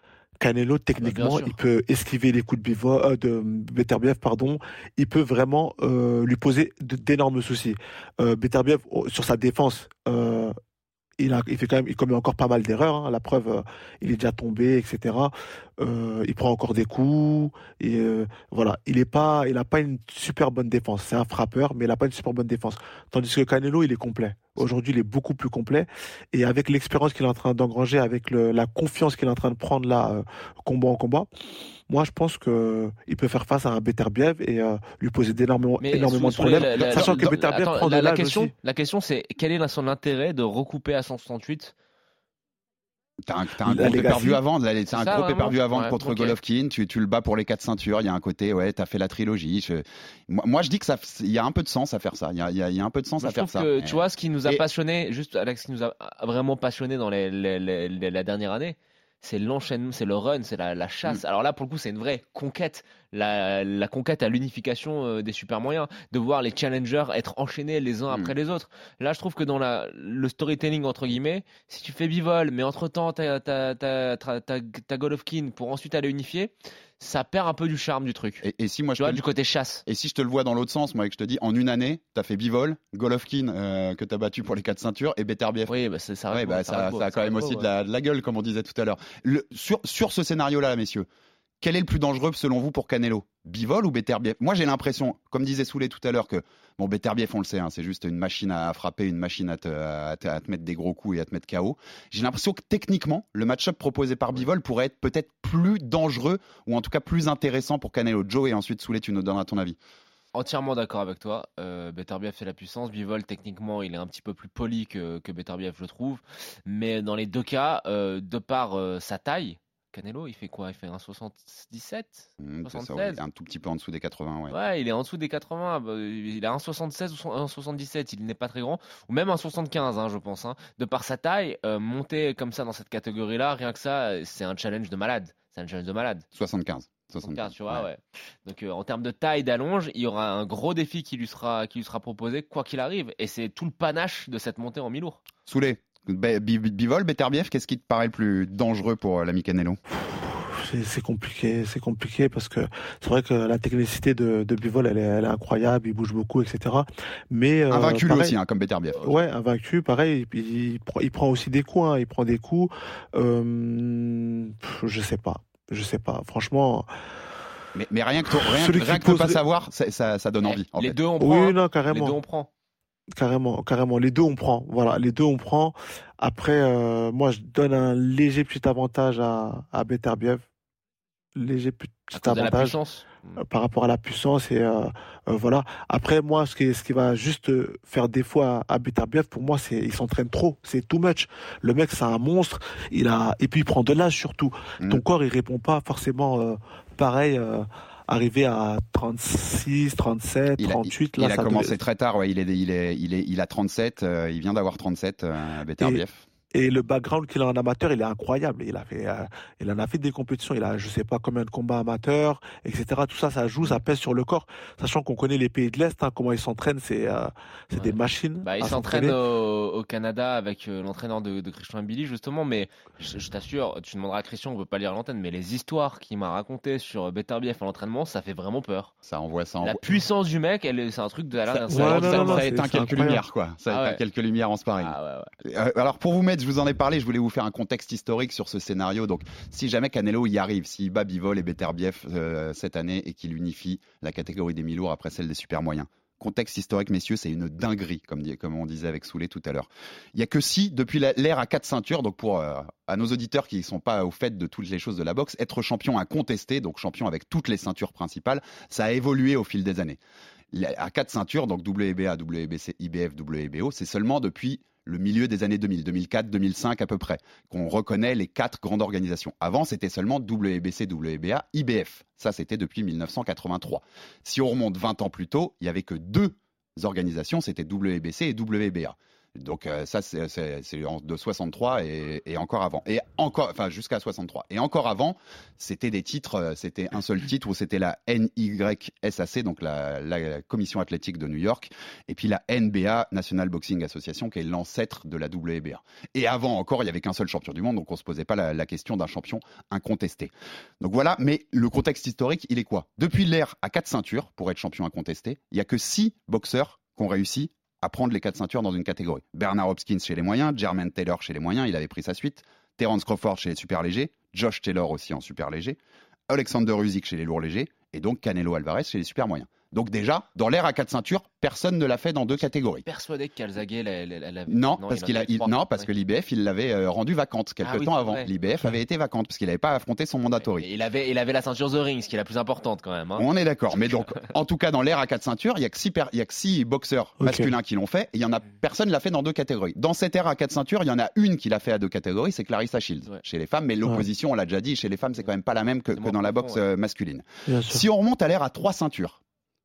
[SPEAKER 9] Canelo, techniquement, il peut esquiver les coups de, Bivol, euh, de Beterbiev, pardon. Il peut vraiment euh, lui poser de, d'énormes soucis. Euh, Beterbiev, sur sa défense, euh, il, a, il fait quand même, il commet encore pas mal d'erreurs. Hein. La preuve, euh, il est déjà tombé, et cetera. Euh, il prend encore des coups. Et euh, voilà, il est pas, il a pas une super bonne défense. C'est un frappeur, mais il a pas une super bonne défense. Tandis que Canelo, il est complet. Aujourd'hui, il est beaucoup plus complet. Et avec l'expérience qu'il est en train d'engranger, avec le, la confiance qu'il est en train de prendre là, euh, combat en combat, moi, je pense que il peut faire face à un Beterbiev et euh, lui poser d'énormément, énormément de problèmes. La, la, sachant la, que Beterbiev prend
[SPEAKER 8] la,
[SPEAKER 9] de
[SPEAKER 8] la
[SPEAKER 9] l'âge
[SPEAKER 8] question,
[SPEAKER 9] aussi.
[SPEAKER 8] La question, c'est quel est son intérêt de recouper à cent soixante-huit?
[SPEAKER 7] T'as un, t'as un gros pay-per-view avant, c'est, c'est un ça, gros pay-per-view avant ouais, contre okay. Golovkin. Tu, tu le bats pour les quatre ceintures. Il y a un côté, ouais, t'as fait la trilogie. Je, moi, moi, je dis que ça, il y a un peu de sens à faire ça. Il y a, il y a, il y a un peu de sens
[SPEAKER 8] moi,
[SPEAKER 7] à faire ça.
[SPEAKER 8] Que,
[SPEAKER 7] et...
[SPEAKER 8] Tu vois, ce qui nous a
[SPEAKER 7] et...
[SPEAKER 8] passionné, juste Alex, ce qui nous a vraiment passionné dans les, les, les, les, la dernière année, c'est l'enchaînement, c'est le run, c'est la, la chasse. Mm. Alors là, pour le coup, c'est une vraie conquête. La, la conquête à l'unification euh, des super moyens, de voir les challengers être enchaînés les uns mm. après les autres. Là, je trouve que dans la, le storytelling, entre guillemets, si tu fais Bivol, mais entre-temps, t'as, t'as, t'as, t'as, t'as, t'as Golovkin pour ensuite aller unifier, ça perd un peu du charme du truc.
[SPEAKER 7] Et, et si moi
[SPEAKER 8] tu
[SPEAKER 7] je
[SPEAKER 8] vois,
[SPEAKER 7] te...
[SPEAKER 8] du côté chasse.
[SPEAKER 7] Et si je te le vois dans l'autre sens, moi, et que je te dis, en une année, t'as fait Bivol, Golovkin, euh, que t'as battu pour les quatre ceintures, et Beterbiev.
[SPEAKER 8] Oui, bah c'est, ça,
[SPEAKER 7] ouais, bah, ça, ça, ça a quand même beau, aussi ouais. de, la, de la gueule, comme on disait tout à l'heure. Le, sur, sur ce scénario-là, messieurs, quel est le plus dangereux selon vous pour Canelo? Bivol ou Beterbiev? Moi, j'ai l'impression, comme disait Souley tout à l'heure, que bon, Beterbiev, on le sait, hein, c'est juste une machine à frapper, une machine à te, à, te, à te mettre des gros coups et à te mettre K O. J'ai l'impression que techniquement, le match-up proposé par Bivol pourrait être peut-être plus dangereux ou en tout cas plus intéressant pour Canelo. Joe, et ensuite Souley, tu nous donneras ton avis.
[SPEAKER 8] Entièrement d'accord avec toi. Euh, Beterbiev fait la puissance. Bivol, techniquement, il est un petit peu plus poli que, que Beterbiev, je trouve. Mais dans les deux cas, euh, de par euh, sa taille, Canelo, il fait quoi? Il fait un soixante-dix-sept
[SPEAKER 7] mmh, soixante-seize ça, ouais, il est un tout petit peu en dessous des quatre-vingts. Ouais,
[SPEAKER 8] ouais il est en dessous des quatre-vingts. Il a un soixante-seize ou un soixante-dix-sept. Il n'est pas très grand. Ou même un soixante-quinze, hein, je pense. Hein. De par sa taille, euh, monter comme ça dans cette catégorie-là, rien que ça, c'est un challenge de malade. C'est un challenge de malade.
[SPEAKER 7] soixante-quinze.
[SPEAKER 8] soixante-quinze, tu vois, ouais. ouais. Donc, euh, en termes de taille, d'allonge, il y aura un gros défi qui lui sera, qui lui sera proposé, quoi qu'il arrive. Et c'est tout le panache de cette montée en mi-lourd.
[SPEAKER 7] Souley. Bivol, Beterbiev, qu'est-ce qui te paraît le plus dangereux pour l'ami Canelo?
[SPEAKER 9] c'est, c'est compliqué, c'est compliqué parce que c'est vrai que la technicité de, de Bivol, elle est, elle est incroyable, il bouge beaucoup, et cetera. Mais euh,
[SPEAKER 7] invaincu lui aussi, hein, comme Beterbiev.
[SPEAKER 9] Ouais, invaincu, pareil, il, il, il prend aussi des coups, hein, il prend des coups. Euh, je sais pas, je sais pas. Franchement.
[SPEAKER 7] Mais, mais rien que rien, rien que pose... pas savoir, ça, ça, ça donne envie. En
[SPEAKER 8] les
[SPEAKER 7] fait.
[SPEAKER 8] deux on prend.
[SPEAKER 9] Oui, non, carrément.
[SPEAKER 8] Les deux on prend.
[SPEAKER 9] Carrément, carrément. Les deux on prend. Voilà, les deux on prend. Après, euh, moi, je donne un léger petit avantage à, à Beterbiev. Léger petit
[SPEAKER 8] à
[SPEAKER 9] avantage euh, par rapport à la puissance et euh, euh, voilà. Après, moi, ce qui, ce qui va juste faire défaut à, à Beterbiev, pour moi, c'est il s'entraîne trop. C'est too much. Le mec, c'est un monstre. Il a et puis il prend de l'âge surtout. Mmh. Ton corps, il répond pas forcément euh, pareil. Euh, Arrivé à trente-six, trente-sept,
[SPEAKER 7] il a,
[SPEAKER 9] trente-huit,
[SPEAKER 7] il,
[SPEAKER 9] là,
[SPEAKER 7] il a
[SPEAKER 9] ça
[SPEAKER 7] commencé
[SPEAKER 9] devait...
[SPEAKER 7] très tard. Ouais, il est, il est, il est, il a trente-sept. Euh, il vient d'avoir trente-sept. Euh, Beterbiev.
[SPEAKER 9] Et, et le background qu'il a en amateur, il est incroyable. Il a fait, euh, il en a fait des compétitions. Il a, je sais pas combien de combats amateurs, et cetera. Tout ça, ça joue, ça pèse sur le corps. Sachant qu'on connaît les pays de l'Est, hein, comment ils s'entraînent, c'est, euh, c'est ouais. des machines.
[SPEAKER 8] Bah, il s'entraîne au, au Canada avec euh, l'entraîneur de, de Christian Mbili, justement. Mais je, je t'assure, tu demanderas à Christian, on veut pas lire l'antenne, mais les histoires qu'il m'a racontées sur Beterbiev à l'entraînement, ça fait vraiment peur.
[SPEAKER 7] Ça envoie, ça envoie.
[SPEAKER 8] La puissance du mec, elle, c'est un truc de la.
[SPEAKER 7] Ça, ça, ouais, ça, non, non, ça éteint quelques lumières, quoi. Ça éteint ah ouais. quelques lumières en sparring.
[SPEAKER 8] Ah ouais, ouais.
[SPEAKER 7] Euh, alors pour vous mettre, je vous en ai parlé, je voulais vous faire un contexte historique sur ce scénario. Donc, si jamais Canelo y arrive, s'il bat Bivol et Beterbiev euh, cette année et qu'il unifie la catégorie des mi-lourds après celle des super moyens. Contexte historique, messieurs, c'est une dinguerie, comme, dit, comme on disait avec Souley tout à l'heure. Il n'y a que si, depuis la, l'ère à quatre ceintures, donc pour euh, à nos auditeurs qui ne sont pas au fait de toutes les choses de la boxe, être champion incontesté, donc champion avec toutes les ceintures principales, ça a évolué au fil des années. À quatre ceintures, donc W B A, W B C, I B F, W B O, c'est seulement depuis le milieu des années deux mille, deux mille quatre, deux mille cinq à peu près, qu'on reconnaît les quatre grandes organisations. Avant, c'était seulement W B C, W B A, I B F. Ça, c'était depuis mille neuf cent quatre-vingt-trois. Si on remonte vingt ans plus tôt, il n'y avait que deux organisations, c'était W B C et W B A. Donc euh, ça, c'est, c'est, c'est en, de soixante-trois et, et encore avant. Et encore, enfin jusqu'à soixante-trois. Et encore avant, c'était des titres, c'était un seul titre où c'était la N Y S A C, donc la, la Commission athlétique de New York, et puis la N B A, National Boxing Association, qui est l'ancêtre de la W B A. Et avant encore, il n'y avait qu'un seul champion du monde, donc on ne se posait pas la, la question d'un champion incontesté. Donc voilà, mais le contexte historique, il est quoi ? Depuis l'ère à quatre ceintures, pour être champion incontesté, il n'y a que six boxeurs qui ont réussi à prendre les quatre ceintures dans une catégorie. Bernard Hopkins chez les moyens, Jermaine Taylor chez les moyens, il avait pris sa suite, Terence Crawford chez les super légers, Josh Taylor aussi en super léger, Alexander Usyk chez les lourds légers, et donc Canelo Alvarez chez les super moyens. Donc déjà, dans l'ère à quatre ceintures, personne ne l'a fait dans deux catégories.
[SPEAKER 8] Persuadé que Calzaghe l'avait.
[SPEAKER 7] Non, non, parce qu'il a, il, non, parce que l'I B F il l'avait euh, rendu vacante quelques ah, oui, temps avant. L'I B F avait été vacante parce qu'il n'avait pas affronté son mandatory.
[SPEAKER 8] Il avait, il avait la ceinture The Ring, ce qui est la plus importante quand même. Hein.
[SPEAKER 7] On est d'accord, mais donc en tout cas dans l'ère à quatre ceintures, il y a que six, per... il y a que six boxeurs okay. masculins qui l'ont fait. Et il y en a personne l'a fait dans deux catégories. Dans cette ère à quatre ceintures, il y en a une qui l'a fait à deux catégories, c'est Clarissa Shields ouais. chez les femmes. Mais l'opposition, ouais. on l'a déjà dit, chez les femmes, c'est quand même pas la même que, que dans la boxe euh, masculine. Si on remonte à l'ère à trois ceintures.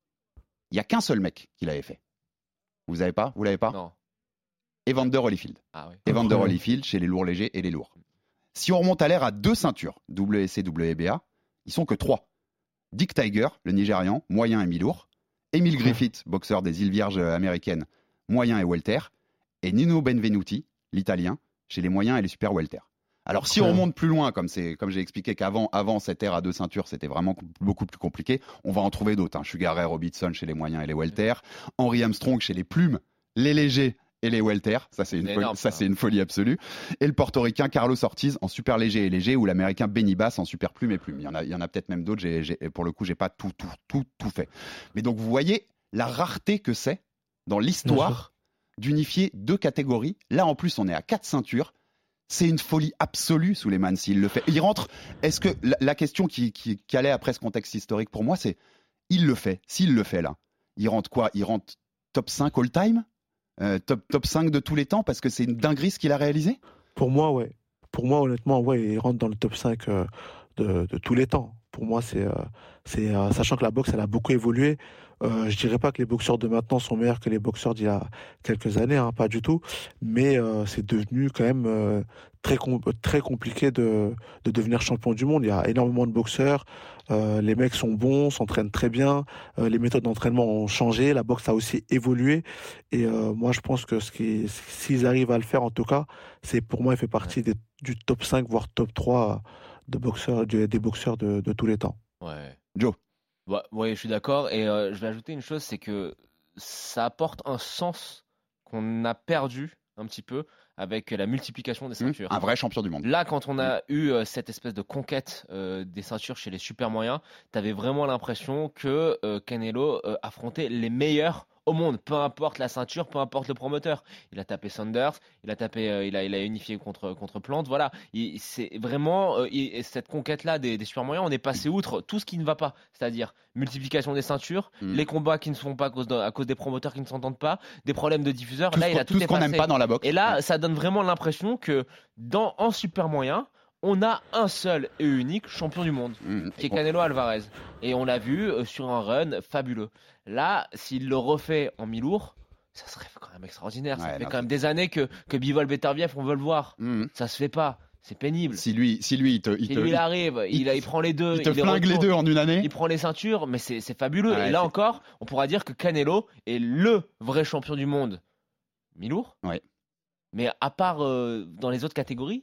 [SPEAKER 7] Il n'y a qu'un seul mec qui l'avait fait. Vous n'avez pas Vous l'avez pas
[SPEAKER 8] Non.
[SPEAKER 7] Evander Holyfield.
[SPEAKER 8] Ah, oui.
[SPEAKER 7] Evander okay. Holyfield chez les lourds légers et les lourds. Si on remonte à l'ère à deux ceintures, W C, W B A, ils sont que trois. Dick Tiger, le Nigérian, moyen et mi-lourd. Emile Griffith, boxeur des îles Vierges américaines, moyen et welter. Et Nino Benvenuti, l'Italien, chez les moyens et les super welter. Alors si on remonte plus loin, comme, c'est, comme j'ai expliqué qu'avant avant cette ère à deux ceintures, c'était vraiment beaucoup plus compliqué, on va en trouver d'autres. Hein. Sugar Ray Robinson chez les moyens et les welter, Henry Armstrong chez les plumes, les légers et les welter, ça c'est une, c'est folie, énorme, ça, ça. C'est une folie absolue, et le portoricain Carlos Ortiz en super léger et léger, ou l'américain Benny Bass en super plume et plume. Il y en a, il y en a peut-être même d'autres, j'ai, j'ai, pour le coup j'ai pas tout, tout, tout, tout fait. Mais donc vous voyez la rareté que c'est dans l'histoire d'unifier deux catégories. Là en plus on est à quatre ceintures. C'est une folie absolue, Souleymane, s'il le fait. Il rentre. Est-ce que la, la question qui, qui, qui allait après ce contexte historique pour moi, c'est il le fait. S'il le fait là, il rentre quoi ? Il rentre top cinq all-time, euh, top, top cinq de tous les temps, parce que c'est une dinguerie ce qu'il a réalisé ?
[SPEAKER 9] Pour moi, ouais. Pour moi, honnêtement, ouais, il rentre dans le top cinq euh, de, de tous les temps. Pour moi, c'est, euh, c'est euh, sachant que la boxe, elle a beaucoup évolué. Euh, je dirais pas que les boxeurs de maintenant sont meilleurs que les boxeurs d'il y a quelques années, hein, pas du tout. Mais euh, c'est devenu quand même euh, très com- très compliqué de de devenir champion du monde. Il y a énormément de boxeurs. Euh, les mecs sont bons, s'entraînent très bien. Euh, les méthodes d'entraînement ont changé. La boxe a aussi évolué. Et euh, moi, je pense que ce qui, s'ils arrivent à le faire, en tout cas, c'est pour moi, il fait partie des, du top cinq voire top trois de boxeurs, des boxeurs de, de tous les temps.
[SPEAKER 8] Ouais.
[SPEAKER 7] Joe.
[SPEAKER 8] Ouais, ouais, je suis d'accord. Et euh, je vais ajouter une chose, c'est que ça apporte un sens qu'on a perdu un petit peu avec la multiplication des ceintures.
[SPEAKER 7] Mmh, un vrai champion du monde.
[SPEAKER 8] Là, quand on a mmh. eu euh, cette espèce de conquête euh, des ceintures chez les super moyens, t'avais vraiment l'impression que euh, Canelo euh, affrontait les meilleurs au monde, peu importe la ceinture, peu importe le promoteur. Il a tapé Sanders, il a tapé, euh, il a, il a unifié contre contre Plante. Voilà, il, c'est vraiment euh, il, cette conquête-là des, des super moyens. On est passé outre tout ce qui ne va pas, c'est-à-dire multiplication des ceintures, mmh. les combats qui ne se font pas à cause, de, à cause des promoteurs qui ne s'entendent pas, des problèmes de diffuseurs.
[SPEAKER 7] Tout
[SPEAKER 8] là,
[SPEAKER 7] ce,
[SPEAKER 8] il a tout,
[SPEAKER 7] tout ce qu'on n'aime pas dans la boxe.
[SPEAKER 8] Et là, ouais. ça donne vraiment l'impression que dans en super moyen, on a un seul et unique champion du monde, mmh. qui est Canelo Alvarez. Et on l'a vu euh, sur un run fabuleux. Là, s'il le refait en mi-lourd, ça serait quand même extraordinaire. Ouais, ça fait non, quand même des années que, que Bivol Beterbiev, on veut le voir. Mmh. Ça se fait pas. C'est pénible.
[SPEAKER 7] Si lui, si lui, il te, il
[SPEAKER 8] si
[SPEAKER 7] te,
[SPEAKER 8] lui il arrive, il, il, il prend les deux,
[SPEAKER 7] il te
[SPEAKER 8] il
[SPEAKER 7] flingue les, les deux en une année.
[SPEAKER 8] Il prend les ceintures, mais c'est, c'est fabuleux.
[SPEAKER 7] Ouais,
[SPEAKER 8] et là
[SPEAKER 7] c'est...
[SPEAKER 8] encore, on pourra dire que Canelo est le vrai champion du monde mi-lourd.
[SPEAKER 7] Ouais.
[SPEAKER 8] Mais à part euh, dans les autres catégories,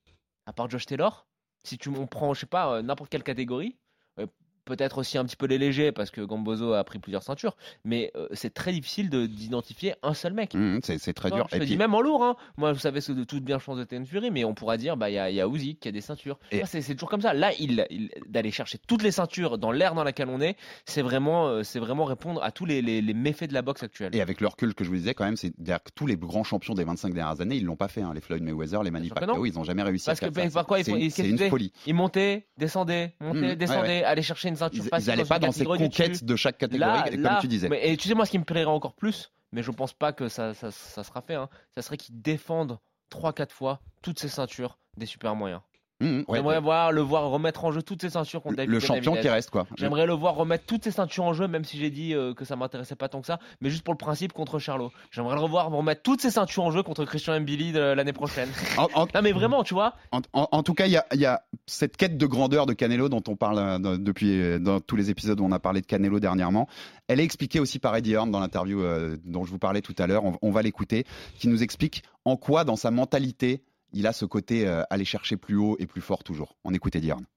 [SPEAKER 8] à part Josh Taylor, si tu on prend, je sais pas, euh, n'importe quelle catégorie, euh, peut-être aussi un petit peu les légers parce que Gambozo a pris plusieurs ceintures, mais euh, c'est très difficile de, d'identifier un seul mec.
[SPEAKER 7] Mmh, c'est, c'est très dur.
[SPEAKER 8] Je te dis même en lourd, hein. Moi, vous savez, c'est de toute bien chance de Ten Fury, mais on pourra dire, bah, il y a, y a Usyk qui a des ceintures. Et... Moi, c'est, c'est toujours comme ça. Là, il, il, d'aller chercher toutes les ceintures dans l'ère dans laquelle on est, c'est vraiment, euh, c'est vraiment répondre à tous les, les, les méfaits de la boxe actuelle.
[SPEAKER 7] Et avec le recul que je vous disais, quand même, c'est que tous les grands champions des vingt-cinq dernières années, ils l'ont pas fait. Hein. Les Floyd Mayweather, les Manny Pacquiao, ils ont jamais réussi.
[SPEAKER 8] Parce
[SPEAKER 7] à
[SPEAKER 8] que
[SPEAKER 7] faire
[SPEAKER 8] par quoi,
[SPEAKER 7] c'est,
[SPEAKER 8] ils,
[SPEAKER 7] c'est une folie.
[SPEAKER 8] Ils montaient, descendaient, montaient, mmh, descendaient, ouais, ouais. aller chercher une ceinture.
[SPEAKER 7] Ils, ils allaient pas dans ces conquêtes de chaque catégorie, là, comme
[SPEAKER 8] là,
[SPEAKER 7] tu disais.
[SPEAKER 8] Mais, et tu sais, moi, ce qui me plairait encore plus, mais je pense pas que ça, ça, ça sera fait, hein, ça serait qu'ils défendent trois quatre fois toutes ces ceintures des super moyens.
[SPEAKER 7] Mmh, ouais,
[SPEAKER 8] J'aimerais
[SPEAKER 7] ouais.
[SPEAKER 8] voir le voir remettre en jeu toutes ses ceintures contre David
[SPEAKER 7] Le champion
[SPEAKER 8] Benavidez.
[SPEAKER 7] qui reste, quoi.
[SPEAKER 8] J'aimerais le voir remettre toutes ses ceintures en jeu, même si j'ai dit euh, que ça m'intéressait pas tant que ça, mais juste pour le principe contre Charlo. J'aimerais le revoir remettre toutes ses ceintures en jeu contre Christian Mbili de l'année prochaine.
[SPEAKER 7] En, en,
[SPEAKER 8] non mais vraiment, tu vois.
[SPEAKER 7] En, en, en tout cas, il y a, y a cette quête de grandeur de Canelo dont on parle euh, depuis euh, dans tous les épisodes où on a parlé de Canelo dernièrement. Elle est expliquée aussi par Eddie Hearn dans l'interview euh, dont je vous parlais tout à l'heure. On, on va l'écouter, qui nous explique en quoi, dans sa mentalité, il a ce côté euh, aller chercher plus haut et plus fort toujours. On écoute Eddie Hearn.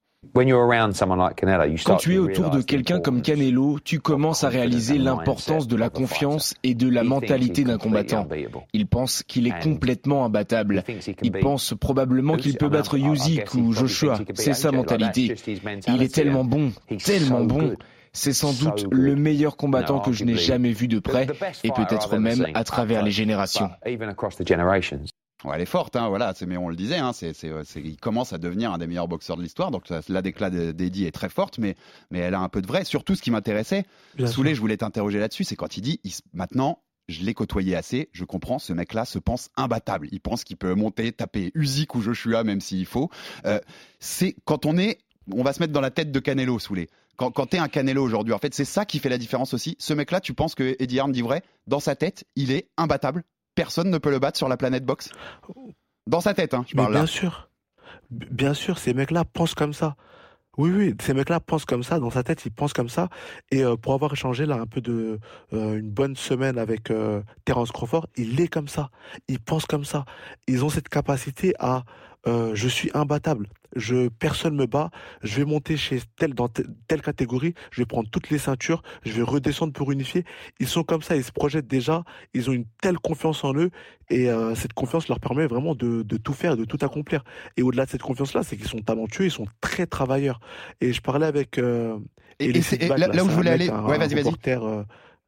[SPEAKER 14] Quand tu es autour de quelqu'un comme Canelo, tu commences à réaliser l'importance de la confiance et de la mentalité d'un combattant. Il pense qu'il est complètement imbattable. Il pense probablement qu'il peut battre Usyk ou Joshua. C'est sa mentalité. Il est tellement bon, tellement bon. C'est sans doute le meilleur combattant que je n'ai jamais vu de près et peut-être même à travers les générations.
[SPEAKER 7] Ouais, elle est forte, hein, voilà, c'est, mais on le disait, hein, c'est, c'est, c'est, il commence à devenir un des meilleurs boxeurs de l'histoire, donc la, la déclat d'Eddie est très forte, mais, mais elle a un peu de vrai. Surtout, ce qui m'intéressait, Soulé, je voulais t'interroger là-dessus, c'est quand il dit, il, maintenant, je l'ai côtoyé assez, je comprends, ce mec-là se pense imbattable. Il pense qu'il peut monter, taper Usyk ou Joshua, même s'il faut. Euh, c'est quand on est, on va se mettre dans la tête de Canelo, Soulé. Quand, quand t'es un Canelo aujourd'hui, en fait, c'est ça qui fait la différence aussi. Ce mec-là, tu penses que Eddie Hearn dit vrai, dans sa tête, il est imbattable. Personne ne peut le battre sur la planète boxe. Dans sa tête, hein, je parle
[SPEAKER 9] Mais bien
[SPEAKER 7] là.
[SPEAKER 9] sûr. Bien sûr, ces mecs-là pensent comme ça. Oui, oui, ces mecs-là pensent comme ça, dans sa tête, ils pensent comme ça. Et euh, pour avoir échangé là un peu de euh, une bonne semaine avec euh, Terence Crawford, il est comme ça. Ils pensent comme ça. Ils ont cette capacité à euh, je suis imbattable. Je personne me bat. Je vais monter chez tel dans te, telle catégorie. Je vais prendre toutes les ceintures. Je vais redescendre pour unifier. Ils sont comme ça. Ils se projettent déjà. Ils ont une telle confiance en eux et euh, cette confiance leur permet vraiment de, de tout faire, de tout accomplir. Et au-delà de cette confiance-là, c'est qu'ils sont talentueux. Ils sont très travailleurs. Et je parlais avec euh,
[SPEAKER 7] et, et, c'est, et là, là où je voulais aller, un, ouais, vas-y, vas-y.
[SPEAKER 9] Reporter, euh,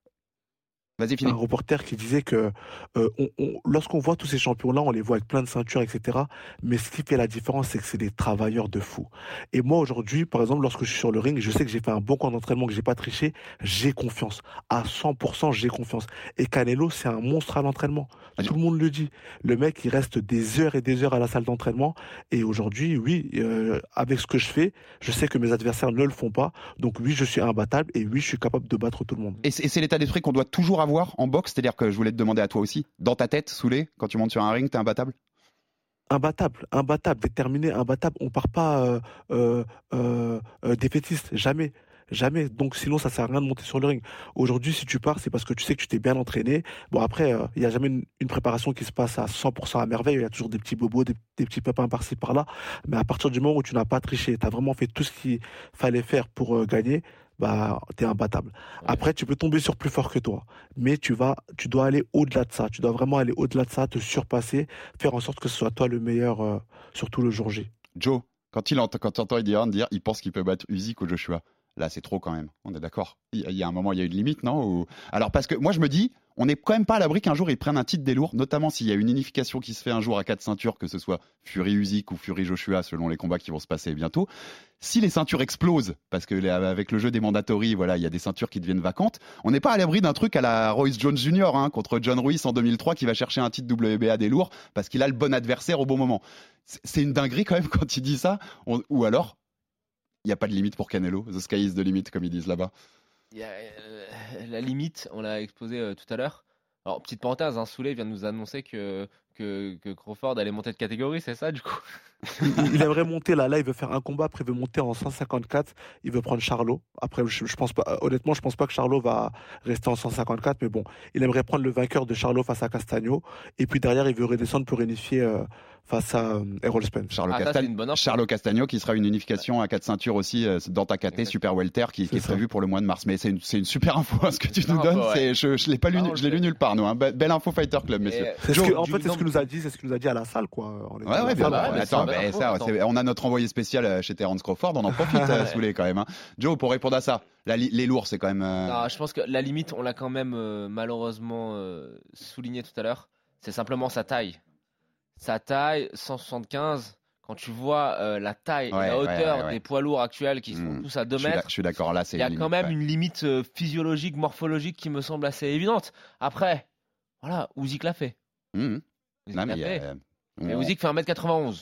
[SPEAKER 7] Vas-y, finis.
[SPEAKER 9] Un reporter qui disait que euh, on, on, lorsqu'on voit tous ces champions-là, on les voit avec plein de ceintures, et cetera. Mais ce qui fait la différence, c'est que c'est des travailleurs de fou. Et moi, aujourd'hui, par exemple, lorsque je suis sur le ring, je sais que j'ai fait un bon camp d'entraînement, que j'ai pas triché, j'ai confiance. À cent pour cent, j'ai confiance. Et Canelo, c'est un monstre à l'entraînement. Tout le monde le dit. Le mec, il reste des heures et des heures à la salle d'entraînement. Et aujourd'hui, oui, euh, avec ce que je fais, je sais que mes adversaires ne le font pas. Donc oui, je suis imbattable et oui, je suis capable de battre tout le monde.
[SPEAKER 7] Et c'est, et c'est l'état d'esprit qu'on doit toujours avoir en boxe, c'est-à-dire que je voulais te demander à toi aussi, dans ta tête, Soulé, quand tu montes sur un ring, t'es imbattable ?
[SPEAKER 9] Imbattable, imbattable, déterminé, imbattable. On part pas euh, euh, euh, euh, défaitiste, jamais. Jamais. Donc sinon, ça sert à rien de monter sur le ring. Aujourd'hui, si tu pars, c'est parce que tu sais que tu t'es bien entraîné. Bon, après, il euh, n'y a jamais une, une préparation qui se passe à cent pour cent à merveille. Il y a toujours des petits bobos, des, des petits pépins par-ci, par-là. Mais à partir du moment où tu n'as pas triché, tu as vraiment fait tout ce qu'il fallait faire pour euh, gagner, bah, t'es imbattable. Ouais. Après, tu peux tomber sur plus fort que toi. Mais tu vas, tu dois aller au-delà de ça. Tu dois vraiment aller au-delà de ça, te surpasser, faire en sorte que ce soit toi le meilleur, euh, surtout le jour J.
[SPEAKER 7] Joe, quand il entend, quand tu entends Eddie Hearn dire, il pense qu'il peut battre Usyk ou Joshua. Là, c'est trop quand même. On est d'accord. Il y a un moment, il y a une limite, non ? Ou... Alors, parce que moi, je me dis, on n'est quand même pas à l'abri qu'un jour, ils prennent un titre des lourds, notamment s'il y a une unification qui se fait un jour à quatre ceintures, que ce soit Fury Usyk ou Fury Joshua, selon les combats qui vont se passer bientôt. Si les ceintures explosent, parce que avec le jeu des mandatories, voilà, il y a des ceintures qui deviennent vacantes, on n'est pas à l'abri d'un truc à la Royce Jones junior hein, contre John Ruiz en deux mille trois qui va chercher un titre W B A des lourds parce qu'il a le bon adversaire au bon moment. C'est une dinguerie quand même quand il dit ça. On... Ou alors, il n'y a pas de limite pour Canelo. The sky is the limit, comme ils disent là-bas.
[SPEAKER 8] Il y a, euh, la limite, on l'a exposé euh, tout à l'heure. Alors, petite parenthèse, hein, Soulé vient de nous annoncer que, que, que Crawford allait monter de catégorie, c'est ça, du coup ?
[SPEAKER 9] Il aimerait monter là, là, il veut faire un combat, après il veut monter en cent cinquante-quatre, il veut prendre Charlo. Après, je, je pense pas, honnêtement, je pense pas que Charlo va rester en cent cinquante-quatre, mais bon, il aimerait prendre le vainqueur de Charlo face à Castagno, et puis derrière, il veut redescendre pour unifier euh, face à euh, Errol Spence.
[SPEAKER 7] Charlo,
[SPEAKER 8] ah,
[SPEAKER 7] Castan... Charlo Castagno, qui sera une unification à quatre ceintures aussi euh, dans ta caté Super Welter, qui, qui est, est prévue pour le mois de mars. Mais c'est une, c'est une super info, hein, ce que tu super nous donnes. Info, ouais. Je, je l'ai pas lu, ah, je l'ai lu nulle part, nous. Hein. Be- belle info Fighter Club, messieurs.
[SPEAKER 9] C'est ce que, en fait, c'est ce que nous a dit, c'est ce que nous a dit à la salle, quoi.
[SPEAKER 7] On ouais, ouais, bien, bah, ouais, attends, bah, ça, on a notre envoyé spécial chez Terence Crawford, on en profite, euh, Soulé, quand même. Hein. Joe, pour répondre à ça, la, les lourds, c'est quand même. Euh...
[SPEAKER 8] Non, je pense que la limite, on l'a quand même euh, malheureusement euh, souligné tout à l'heure, c'est simplement sa taille. Sa taille, cent soixante-quinze, quand tu vois euh, la taille ouais, et la hauteur ouais, ouais, ouais. des poids lourds actuels qui sont mmh. tous à deux mètres,
[SPEAKER 7] je suis d'accord, là, c'est
[SPEAKER 8] il y a
[SPEAKER 7] limite,
[SPEAKER 8] quand même
[SPEAKER 7] ouais.
[SPEAKER 8] une limite euh, physiologique, morphologique qui me semble assez évidente. Après, voilà, Usyk l'a fait.
[SPEAKER 7] Mmh.
[SPEAKER 8] Usyk
[SPEAKER 7] non,
[SPEAKER 8] l'a
[SPEAKER 7] mais
[SPEAKER 8] fait.
[SPEAKER 7] Euh,
[SPEAKER 8] mais Usyk fait un mètre quatre-vingt-onze.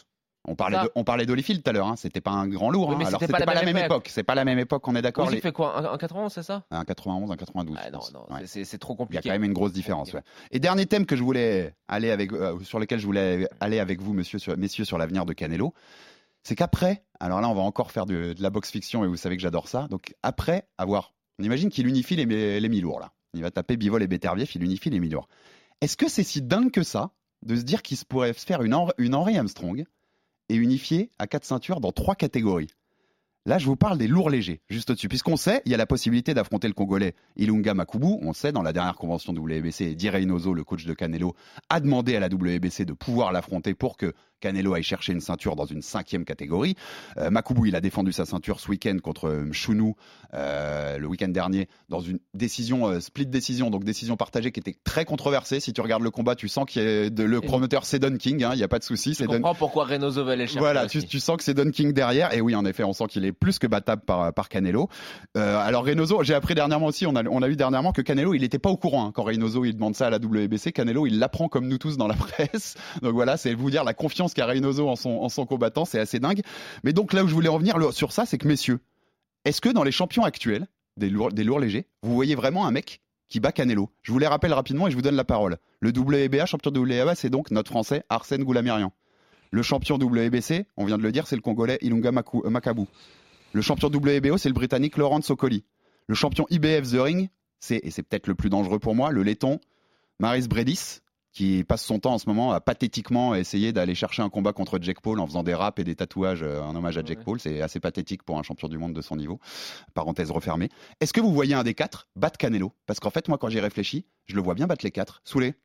[SPEAKER 7] On parlait, de, on parlait d'Holyfield tout à l'heure, hein. C'était pas un grand lourd.
[SPEAKER 8] Oui,
[SPEAKER 7] hein.
[SPEAKER 8] mais
[SPEAKER 7] Alors
[SPEAKER 8] c'était
[SPEAKER 7] c'était
[SPEAKER 8] pas la
[SPEAKER 7] pas,
[SPEAKER 8] même
[SPEAKER 7] la même
[SPEAKER 8] époque.
[SPEAKER 7] époque. C'est pas la même époque, on est d'accord.
[SPEAKER 8] Ozzy
[SPEAKER 7] les...
[SPEAKER 8] fait quoi, un quatre-vingts, c'est ça?
[SPEAKER 7] Un quatre-vingt-onze, un quatre-vingt-douze.
[SPEAKER 8] Ah, non, non,
[SPEAKER 7] ouais.
[SPEAKER 8] c'est, c'est, trop
[SPEAKER 7] Il
[SPEAKER 8] compliqué.
[SPEAKER 7] y a quand même une grosse différence. Ouais. Et dernier thème que je voulais aller avec, euh, sur lequel je voulais aller avec vous, monsieur, sur, messieurs, sur l'avenir de Canelo, c'est qu'après, alors là, on va encore faire de, de la boxe fiction et vous savez que j'adore ça. Donc après avoir, on imagine qu'il unifie les, les mi-lourds là. Il va taper Bivol et Beterbiev, il unifie les mi-lourds. Est-ce que c'est si dingue que ça de se dire qu'il se pourrait se faire une, une Henry Armstrong et unifier à quatre ceintures dans trois catégories? Là, je vous parle des lourds légers, juste au-dessus. Puisqu'on sait, il y a la possibilité d'affronter le Congolais Ilunga Makubu. On sait, dans la dernière convention W B C, Eddie Reynoso, le coach de Canelo, a demandé à la W B C de pouvoir l'affronter pour que Canelo aille chercher une ceinture dans une cinquième catégorie. Euh, Makubu, il a défendu sa ceinture ce week-end contre Mchunu, euh, le week-end dernier, dans une décision, euh, split décision, donc décision partagée qui était très controversée. Si tu regardes le combat, tu sens qu'il y a de, le promoteur, c'est Don King, hein, il n'y a pas de souci.
[SPEAKER 8] Tu comprends Don... pourquoi Reynoso va aller chercher.
[SPEAKER 7] Voilà, tu, tu sens que c'est Don King derrière. Et oui, en effet, on sent qu'il est plus que battable par, par Canelo. Euh, alors Reynoso, j'ai appris dernièrement aussi, on a, on a vu dernièrement que Canelo, il n'était pas au courant. Hein, quand Reynoso, il demande ça à la W B C, Canelo, il l'apprend comme nous tous dans la presse. Donc voilà, c'est vous dire la confiance qu'a Reynoso en son, en son combattant, c'est assez dingue. Mais donc là où je voulais revenir sur ça, c'est que messieurs, est-ce que dans les champions actuels, des lourds, des lourds légers, vous voyez vraiment un mec qui bat Canelo? Je vous les rappelle rapidement et je vous donne la parole. Le W B A, champion W B A, c'est donc notre Français Arsène Goulamirian. Le champion W B C, on vient de le dire, c'est le Congolais Ilunga Makabu. Le champion W B O, c'est le Britannique Laurent Sokoli. Le champion I B F The Ring, c'est, et c'est peut-être le plus dangereux pour moi, le Letton Maris Bredis, qui passe son temps en ce moment à pathétiquement essayer d'aller chercher un combat contre Jake Paul en faisant des raps et des tatouages en hommage à Jake ouais. Paul. C'est assez pathétique pour un champion du monde de son niveau. Parenthèse refermée. Est-ce que vous voyez un des quatre battre Canelo? Parce qu'en fait, moi, quand j'y réfléchis, je le vois bien battre les quatre. Soulé?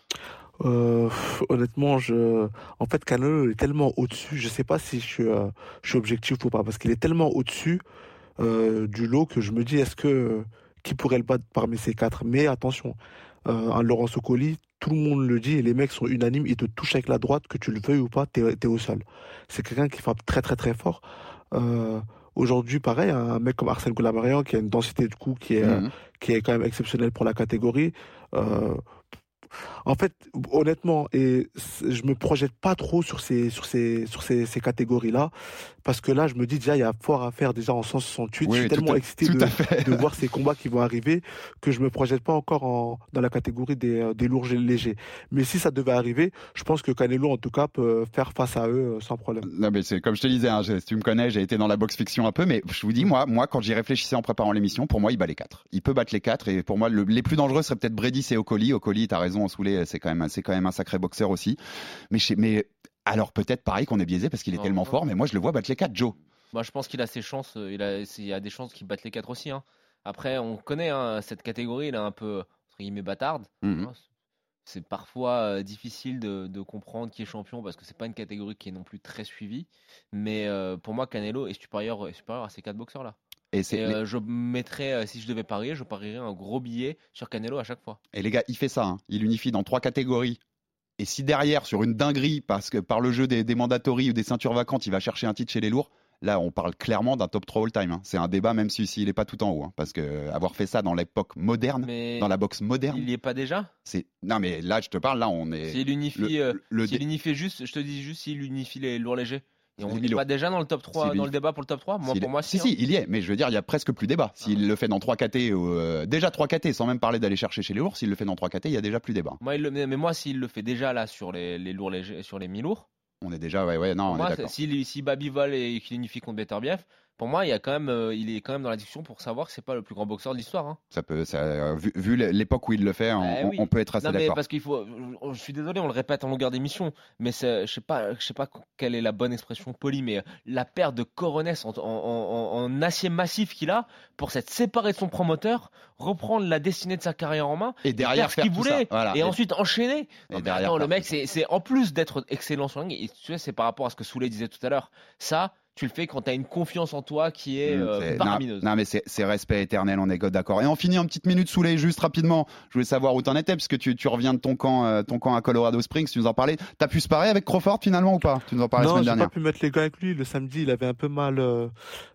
[SPEAKER 9] Euh, honnêtement, je, en fait, Canelo est tellement au-dessus. Je sais pas si je suis, euh, je suis objectif ou pas, parce qu'il est tellement au-dessus euh, du lot que je me dis, est-ce que qui pourrait le battre parmi ces quatre? Mais attention, euh, un Laurent Sokoli, tout le monde le dit et les mecs sont unanimes, ils te touchent avec la droite, que tu le veuilles ou pas, t'es, t'es au sol. C'est quelqu'un qui frappe très très très fort. Euh, aujourd'hui, pareil, un mec comme Arsène Goulamirian qui a une densité de coup qui est, mmh. euh, qui est quand même exceptionnelle pour la catégorie. Euh, En fait, honnêtement, et je me projette pas trop sur ces sur ces sur ces, ces catégories-là, parce que là, je me dis déjà il y a fort à faire déjà en cent soixante-huit. Oui, je suis tellement à, excité de, de voir ces combats qui vont arriver que je me projette pas encore en, dans la catégorie des des lourds légers. Mais si ça devait arriver, je pense que Canelo en tout cas peut faire face à eux sans problème.
[SPEAKER 7] Non mais c'est comme je te disais, hein, tu me connais, j'ai été dans la boxe fiction un peu, mais je vous dis moi moi quand j'y réfléchissais en préparant l'émission, pour moi il bat les quatre. Il peut battre les quatre et pour moi le, les plus dangereux seraient peut-être Bredis et Okoli. Okoli, t'as raison. Soulé, c'est quand même c'est quand même un sacré boxeur aussi, mais chez, mais alors peut-être pareil qu'on est biaisé parce qu'il est non, tellement non. fort, mais moi je le vois battre les quatre. Joe,
[SPEAKER 8] moi je pense qu'il a ses chances, il a il y a des chances qu'il batte les quatre aussi, hein. Après on connaît hein, cette catégorie, il est un peu entre guillemets bâtarde. Mm-hmm. C'est parfois euh, difficile de, de comprendre qui est champion parce que c'est pas une catégorie qui est non plus très suivie, mais euh, pour moi Canelo est supérieur, est supérieur à ces quatre boxeurs là. Et, et euh, les... je mettrais, euh, si je devais parier, je parierais un gros billet sur Canelo à chaque fois.
[SPEAKER 7] Et les gars, il fait ça, hein. Il unifie dans trois catégories. Et si derrière, sur une dinguerie, parce que par le jeu des, des mandatories ou des ceintures vacantes, il va chercher un titre chez les lourds, là, on parle clairement d'un top trois all-time. Hein. C'est un débat, même s'il si, si n'est pas tout en haut. Hein, parce que avoir fait ça dans l'époque moderne, mais dans la boxe moderne.
[SPEAKER 8] Il n'y est pas déjà
[SPEAKER 7] c'est... Non, mais là, je te parle, là, on est.
[SPEAKER 8] S'il unifie, le, euh, le s'il dé... unifie juste, je te dis juste s'il unifie les lourds légers. Et on n'est pas déjà dans le top trois, dans le débat pour le top trois? Moi, pour moi,
[SPEAKER 7] si. Si,
[SPEAKER 8] hein.
[SPEAKER 7] si, il y est, mais je veux dire, il y a presque plus débat. S'il ah. le fait dans trois K T, euh, déjà trois K T, sans même parler d'aller chercher chez les lourds, s'il le fait dans trois K T, il y a déjà plus débat.
[SPEAKER 8] Moi, il le, mais moi, s'il le fait déjà là sur les, les lourds légers, sur les mi-lourds.
[SPEAKER 7] On est déjà, ouais, ouais, non, on
[SPEAKER 8] moi,
[SPEAKER 7] est d'accord.
[SPEAKER 8] Si, si Babi vole et qu'il unifie contre Beterbiev, pour moi, il y a quand même, euh, il est quand même dans la discussion pour savoir que c'est pas le plus grand boxeur de l'histoire. Hein.
[SPEAKER 7] Ça peut, ça, euh, vu, vu l'époque où il le fait, on, eh oui. on peut être assez
[SPEAKER 8] non, mais
[SPEAKER 7] d'accord.
[SPEAKER 8] Parce qu'il faut, je suis désolé, on le répète en longueur d'émission, mais c'est, je sais pas, je sais pas quelle est la bonne expression polie, mais la perte de coronesse en, en, en, en acier massif qu'il a pour s'être séparé de son promoteur, reprendre la destinée de sa carrière en main,
[SPEAKER 7] et derrière
[SPEAKER 8] faire ce qu'il voulait,
[SPEAKER 7] voilà.
[SPEAKER 8] et, et ensuite enchaîner.
[SPEAKER 7] Et
[SPEAKER 8] non,
[SPEAKER 7] derrière,
[SPEAKER 8] attends, le mec, c'est, c'est en plus d'être excellent sur le ring, et tu sais, c'est par rapport à ce que Souley disait tout à l'heure. Ça. Tu le fais quand tu as une confiance en toi qui est, euh, c'est, faramineuse.
[SPEAKER 7] Non, non mais c'est, c'est respect éternel, on est d'accord. Et on finit en petite minute, Souley, juste rapidement. Je voulais savoir où t'en étais, parce que tu, tu reviens de ton camp, euh, ton camp à Colorado Springs, tu nous en parlais. T'as pu se parer avec Crawford finalement ou pas? Tu nous en parlais la semaine dernière.
[SPEAKER 9] Non, j'ai pas pu mettre les gars avec lui. Le samedi, il avait un peu mal, euh,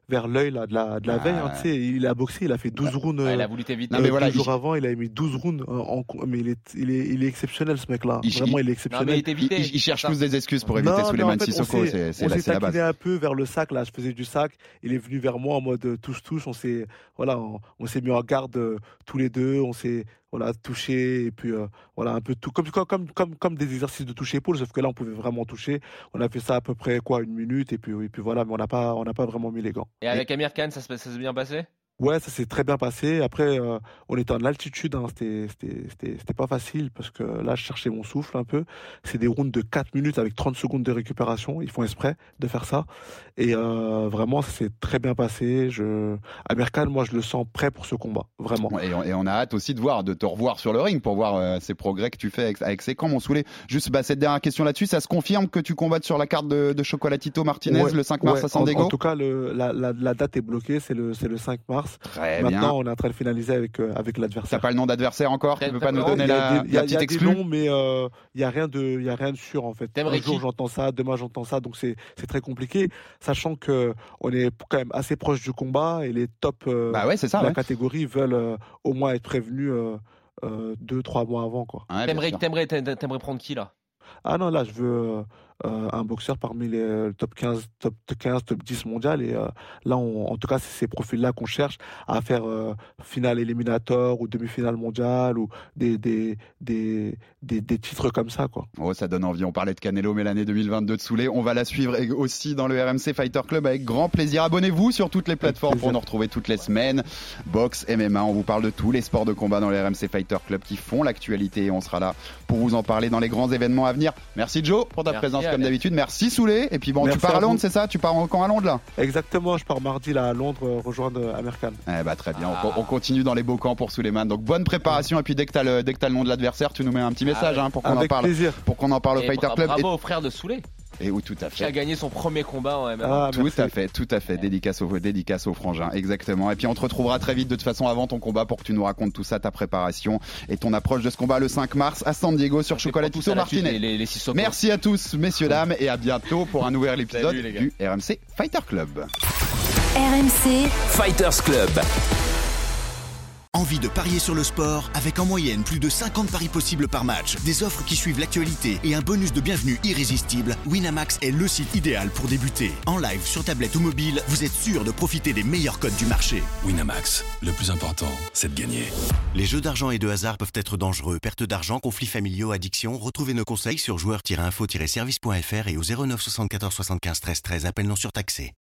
[SPEAKER 9] vers l'œil là, de la, de la
[SPEAKER 7] Ah,
[SPEAKER 9] veille. Hein, tu sais, il a boxé, il a fait douze rounds.
[SPEAKER 8] Ouais, il a
[SPEAKER 9] euh,
[SPEAKER 8] voulu t'éviter.
[SPEAKER 9] euh,
[SPEAKER 7] Non, mais voilà,
[SPEAKER 9] deux jours
[SPEAKER 7] il-
[SPEAKER 9] avant, il a mis douze rounds. euh, en, mais il est, il, est, il est exceptionnel, ce mec-là.
[SPEAKER 7] Il-
[SPEAKER 9] Vraiment, il est
[SPEAKER 8] Non, mais
[SPEAKER 9] exceptionnel.
[SPEAKER 8] il t'évitait.
[SPEAKER 7] Ils, ils cherchent
[SPEAKER 8] Ça.
[SPEAKER 7] tous des excuses pour éviter
[SPEAKER 9] Non, mais
[SPEAKER 7] Souleymane
[SPEAKER 9] en fait, on
[SPEAKER 7] Sissoko,
[SPEAKER 9] s'est-
[SPEAKER 7] c'est c'est
[SPEAKER 9] on
[SPEAKER 7] la,
[SPEAKER 9] s'est
[SPEAKER 7] c'est la base.
[SPEAKER 9] taquiné un peu vers le sac, là, je faisais du sac, il est venu vers moi en mode euh, touche-touche, on s'est voilà, on, on s'est mis en garde euh, tous les deux, on s'est voilà, touché, et puis euh, voilà, un peu tout, comme, comme, comme, comme, comme des exercices de touche-épaule, sauf que là, on pouvait vraiment toucher, on a fait ça à peu près, quoi, une minute, et puis, et puis voilà, mais on n'a pas, on n'a pas vraiment mis les gants.
[SPEAKER 8] Et avec Amir Khan, ça se- ça s'est bien passé?
[SPEAKER 9] Ouais, ça s'est très bien passé. Après, euh, on était en altitude, hein. C'était, c'était, c'était, c'était pas facile parce que là, je cherchais mon souffle un peu. C'est des rounds de quatre minutes avec trente secondes de récupération. Ils font exprès de faire ça. Et euh, vraiment, ça s'est très bien passé. Je... Amir Khan, moi, je le sens prêt pour ce combat. Vraiment.
[SPEAKER 7] Et on, et on a hâte aussi de voir, de te revoir sur le ring pour voir euh, ces progrès que tu fais avec, avec ces camps, mon Soulé. Juste bah, cette dernière question là-dessus, ça se confirme que tu combattes sur la carte de, de Chocolatito Martinez
[SPEAKER 9] Ouais,
[SPEAKER 7] le cinq mars
[SPEAKER 9] ouais.
[SPEAKER 7] à San
[SPEAKER 9] En,
[SPEAKER 7] Diego?
[SPEAKER 9] en tout cas, le, la, la, la date est bloquée. C'est le, c'est le cinq mars.
[SPEAKER 7] Très
[SPEAKER 9] Maintenant,
[SPEAKER 7] bien.
[SPEAKER 9] on est en train de finaliser avec, euh, avec
[SPEAKER 7] T'as
[SPEAKER 9] l'adversaire.
[SPEAKER 7] pas le nom d'adversaire encore? Tu
[SPEAKER 8] T'as-
[SPEAKER 7] peux
[SPEAKER 8] t'as
[SPEAKER 7] pas nous
[SPEAKER 8] pas-
[SPEAKER 7] donner
[SPEAKER 9] Il y a
[SPEAKER 7] la,
[SPEAKER 9] des- il y a-
[SPEAKER 7] la
[SPEAKER 9] il y a
[SPEAKER 7] petite
[SPEAKER 9] des
[SPEAKER 7] exclue?
[SPEAKER 9] noms, mais euh, il y a rien de, il y a rien de sûr en fait.
[SPEAKER 8] T'aimerais
[SPEAKER 9] Un jour
[SPEAKER 8] qui
[SPEAKER 9] j'entends ça, demain j'entends ça, donc c'est c'est très compliqué, sachant que on est quand même assez proche du combat et les top euh,
[SPEAKER 7] Bah ouais, c'est ça.
[SPEAKER 9] de la
[SPEAKER 7] Ouais.
[SPEAKER 9] catégorie veulent euh, au moins être prévenus euh, euh, deux, trois mois avant quoi.
[SPEAKER 7] Ouais, bien
[SPEAKER 8] T'aimerais,
[SPEAKER 7] sûr.
[SPEAKER 8] t'aimerais, t'aimerais t'aimerais prendre qui là?
[SPEAKER 9] Ah non, là je veux euh, euh, un boxeur parmi les euh, top quinze, top quinze, top dix mondial et euh, là on, en tout cas c'est ces profils-là qu'on cherche à faire euh, finale éliminatoire ou demi-finale mondiale ou des des, des des des titres comme ça quoi.
[SPEAKER 7] Oh, ça donne envie. On parlait de Canelo, mais l'année deux mille vingt-deux de Soulé, on va la suivre et- aussi dans le R M C Fighter Club avec grand plaisir. Abonnez-vous sur toutes les plateformes pour nous retrouver toutes les semaines. Boxe, M M A, on vous parle de tous les sports de combat dans le R M C Fighter Club qui font l'actualité et on sera là pour vous en parler dans les grands événements à venir. Merci Joe pour ta
[SPEAKER 8] Merci,
[SPEAKER 7] présence comme
[SPEAKER 8] Alex.
[SPEAKER 7] d'habitude. Merci Soulé. Et puis bon,
[SPEAKER 9] Merci
[SPEAKER 7] tu pars à
[SPEAKER 9] à vous.
[SPEAKER 7] Londres, c'est ça? Tu pars en camp à Londres là?
[SPEAKER 9] Exactement, je pars mardi là à Londres euh, rejoindre euh, Amir Khan.
[SPEAKER 7] Eh bah très bien,
[SPEAKER 8] Ah.
[SPEAKER 7] on, on continue dans les beaux camps pour Souleymane. Donc bonne préparation et puis dès que t'as le, dès que t'as le nom de l'adversaire, tu nous mets un petit message
[SPEAKER 8] Ah ouais.
[SPEAKER 7] hein, pour qu'on en
[SPEAKER 9] Avec
[SPEAKER 7] parle,
[SPEAKER 9] plaisir.
[SPEAKER 7] pour qu'on en parle au
[SPEAKER 8] Et
[SPEAKER 7] Fighter
[SPEAKER 8] bra-
[SPEAKER 7] Club.
[SPEAKER 8] Bravo au frère de Soulé,
[SPEAKER 7] Et, et oui, tout à
[SPEAKER 8] qui a
[SPEAKER 7] fait.
[SPEAKER 8] gagné son premier combat en M M A.
[SPEAKER 9] Ah,
[SPEAKER 7] Tout
[SPEAKER 9] merci.
[SPEAKER 7] à fait, tout à fait. Dédicace au, dédicace au frangin, exactement. Et puis on te retrouvera très vite de toute façon avant ton combat pour que tu nous racontes tout ça, ta préparation et ton approche de ce combat le cinq mars à San Diego sur
[SPEAKER 8] Je les prends tous
[SPEAKER 7] Chocolatito
[SPEAKER 8] à la suite,
[SPEAKER 7] Martinez.
[SPEAKER 8] Les, les, les Sissoko.
[SPEAKER 7] Merci à tous, messieurs, dames, et à bientôt pour un nouvel épisode
[SPEAKER 8] Salut, les gars.
[SPEAKER 7] du R M C Fighter Club.
[SPEAKER 6] R M C
[SPEAKER 2] Fighters Club.
[SPEAKER 1] Envie de parier sur le sport avec en moyenne plus de cinquante paris possibles par match, des offres qui suivent l'actualité et un bonus de bienvenue irrésistible, Winamax est le site idéal pour débuter. En live, sur tablette ou mobile, vous êtes sûr de profiter des meilleurs codes du marché.
[SPEAKER 2] Winamax, le plus important, c'est de gagner.
[SPEAKER 1] Les jeux d'argent et de hasard peuvent être dangereux. Perte d'argent, conflits familiaux, addiction. Retrouvez nos conseils sur joueurs tiret info tiret service point f r et au zéro neuf soixante-quatorze soixante-quinze treize treize. Appel non surtaxé.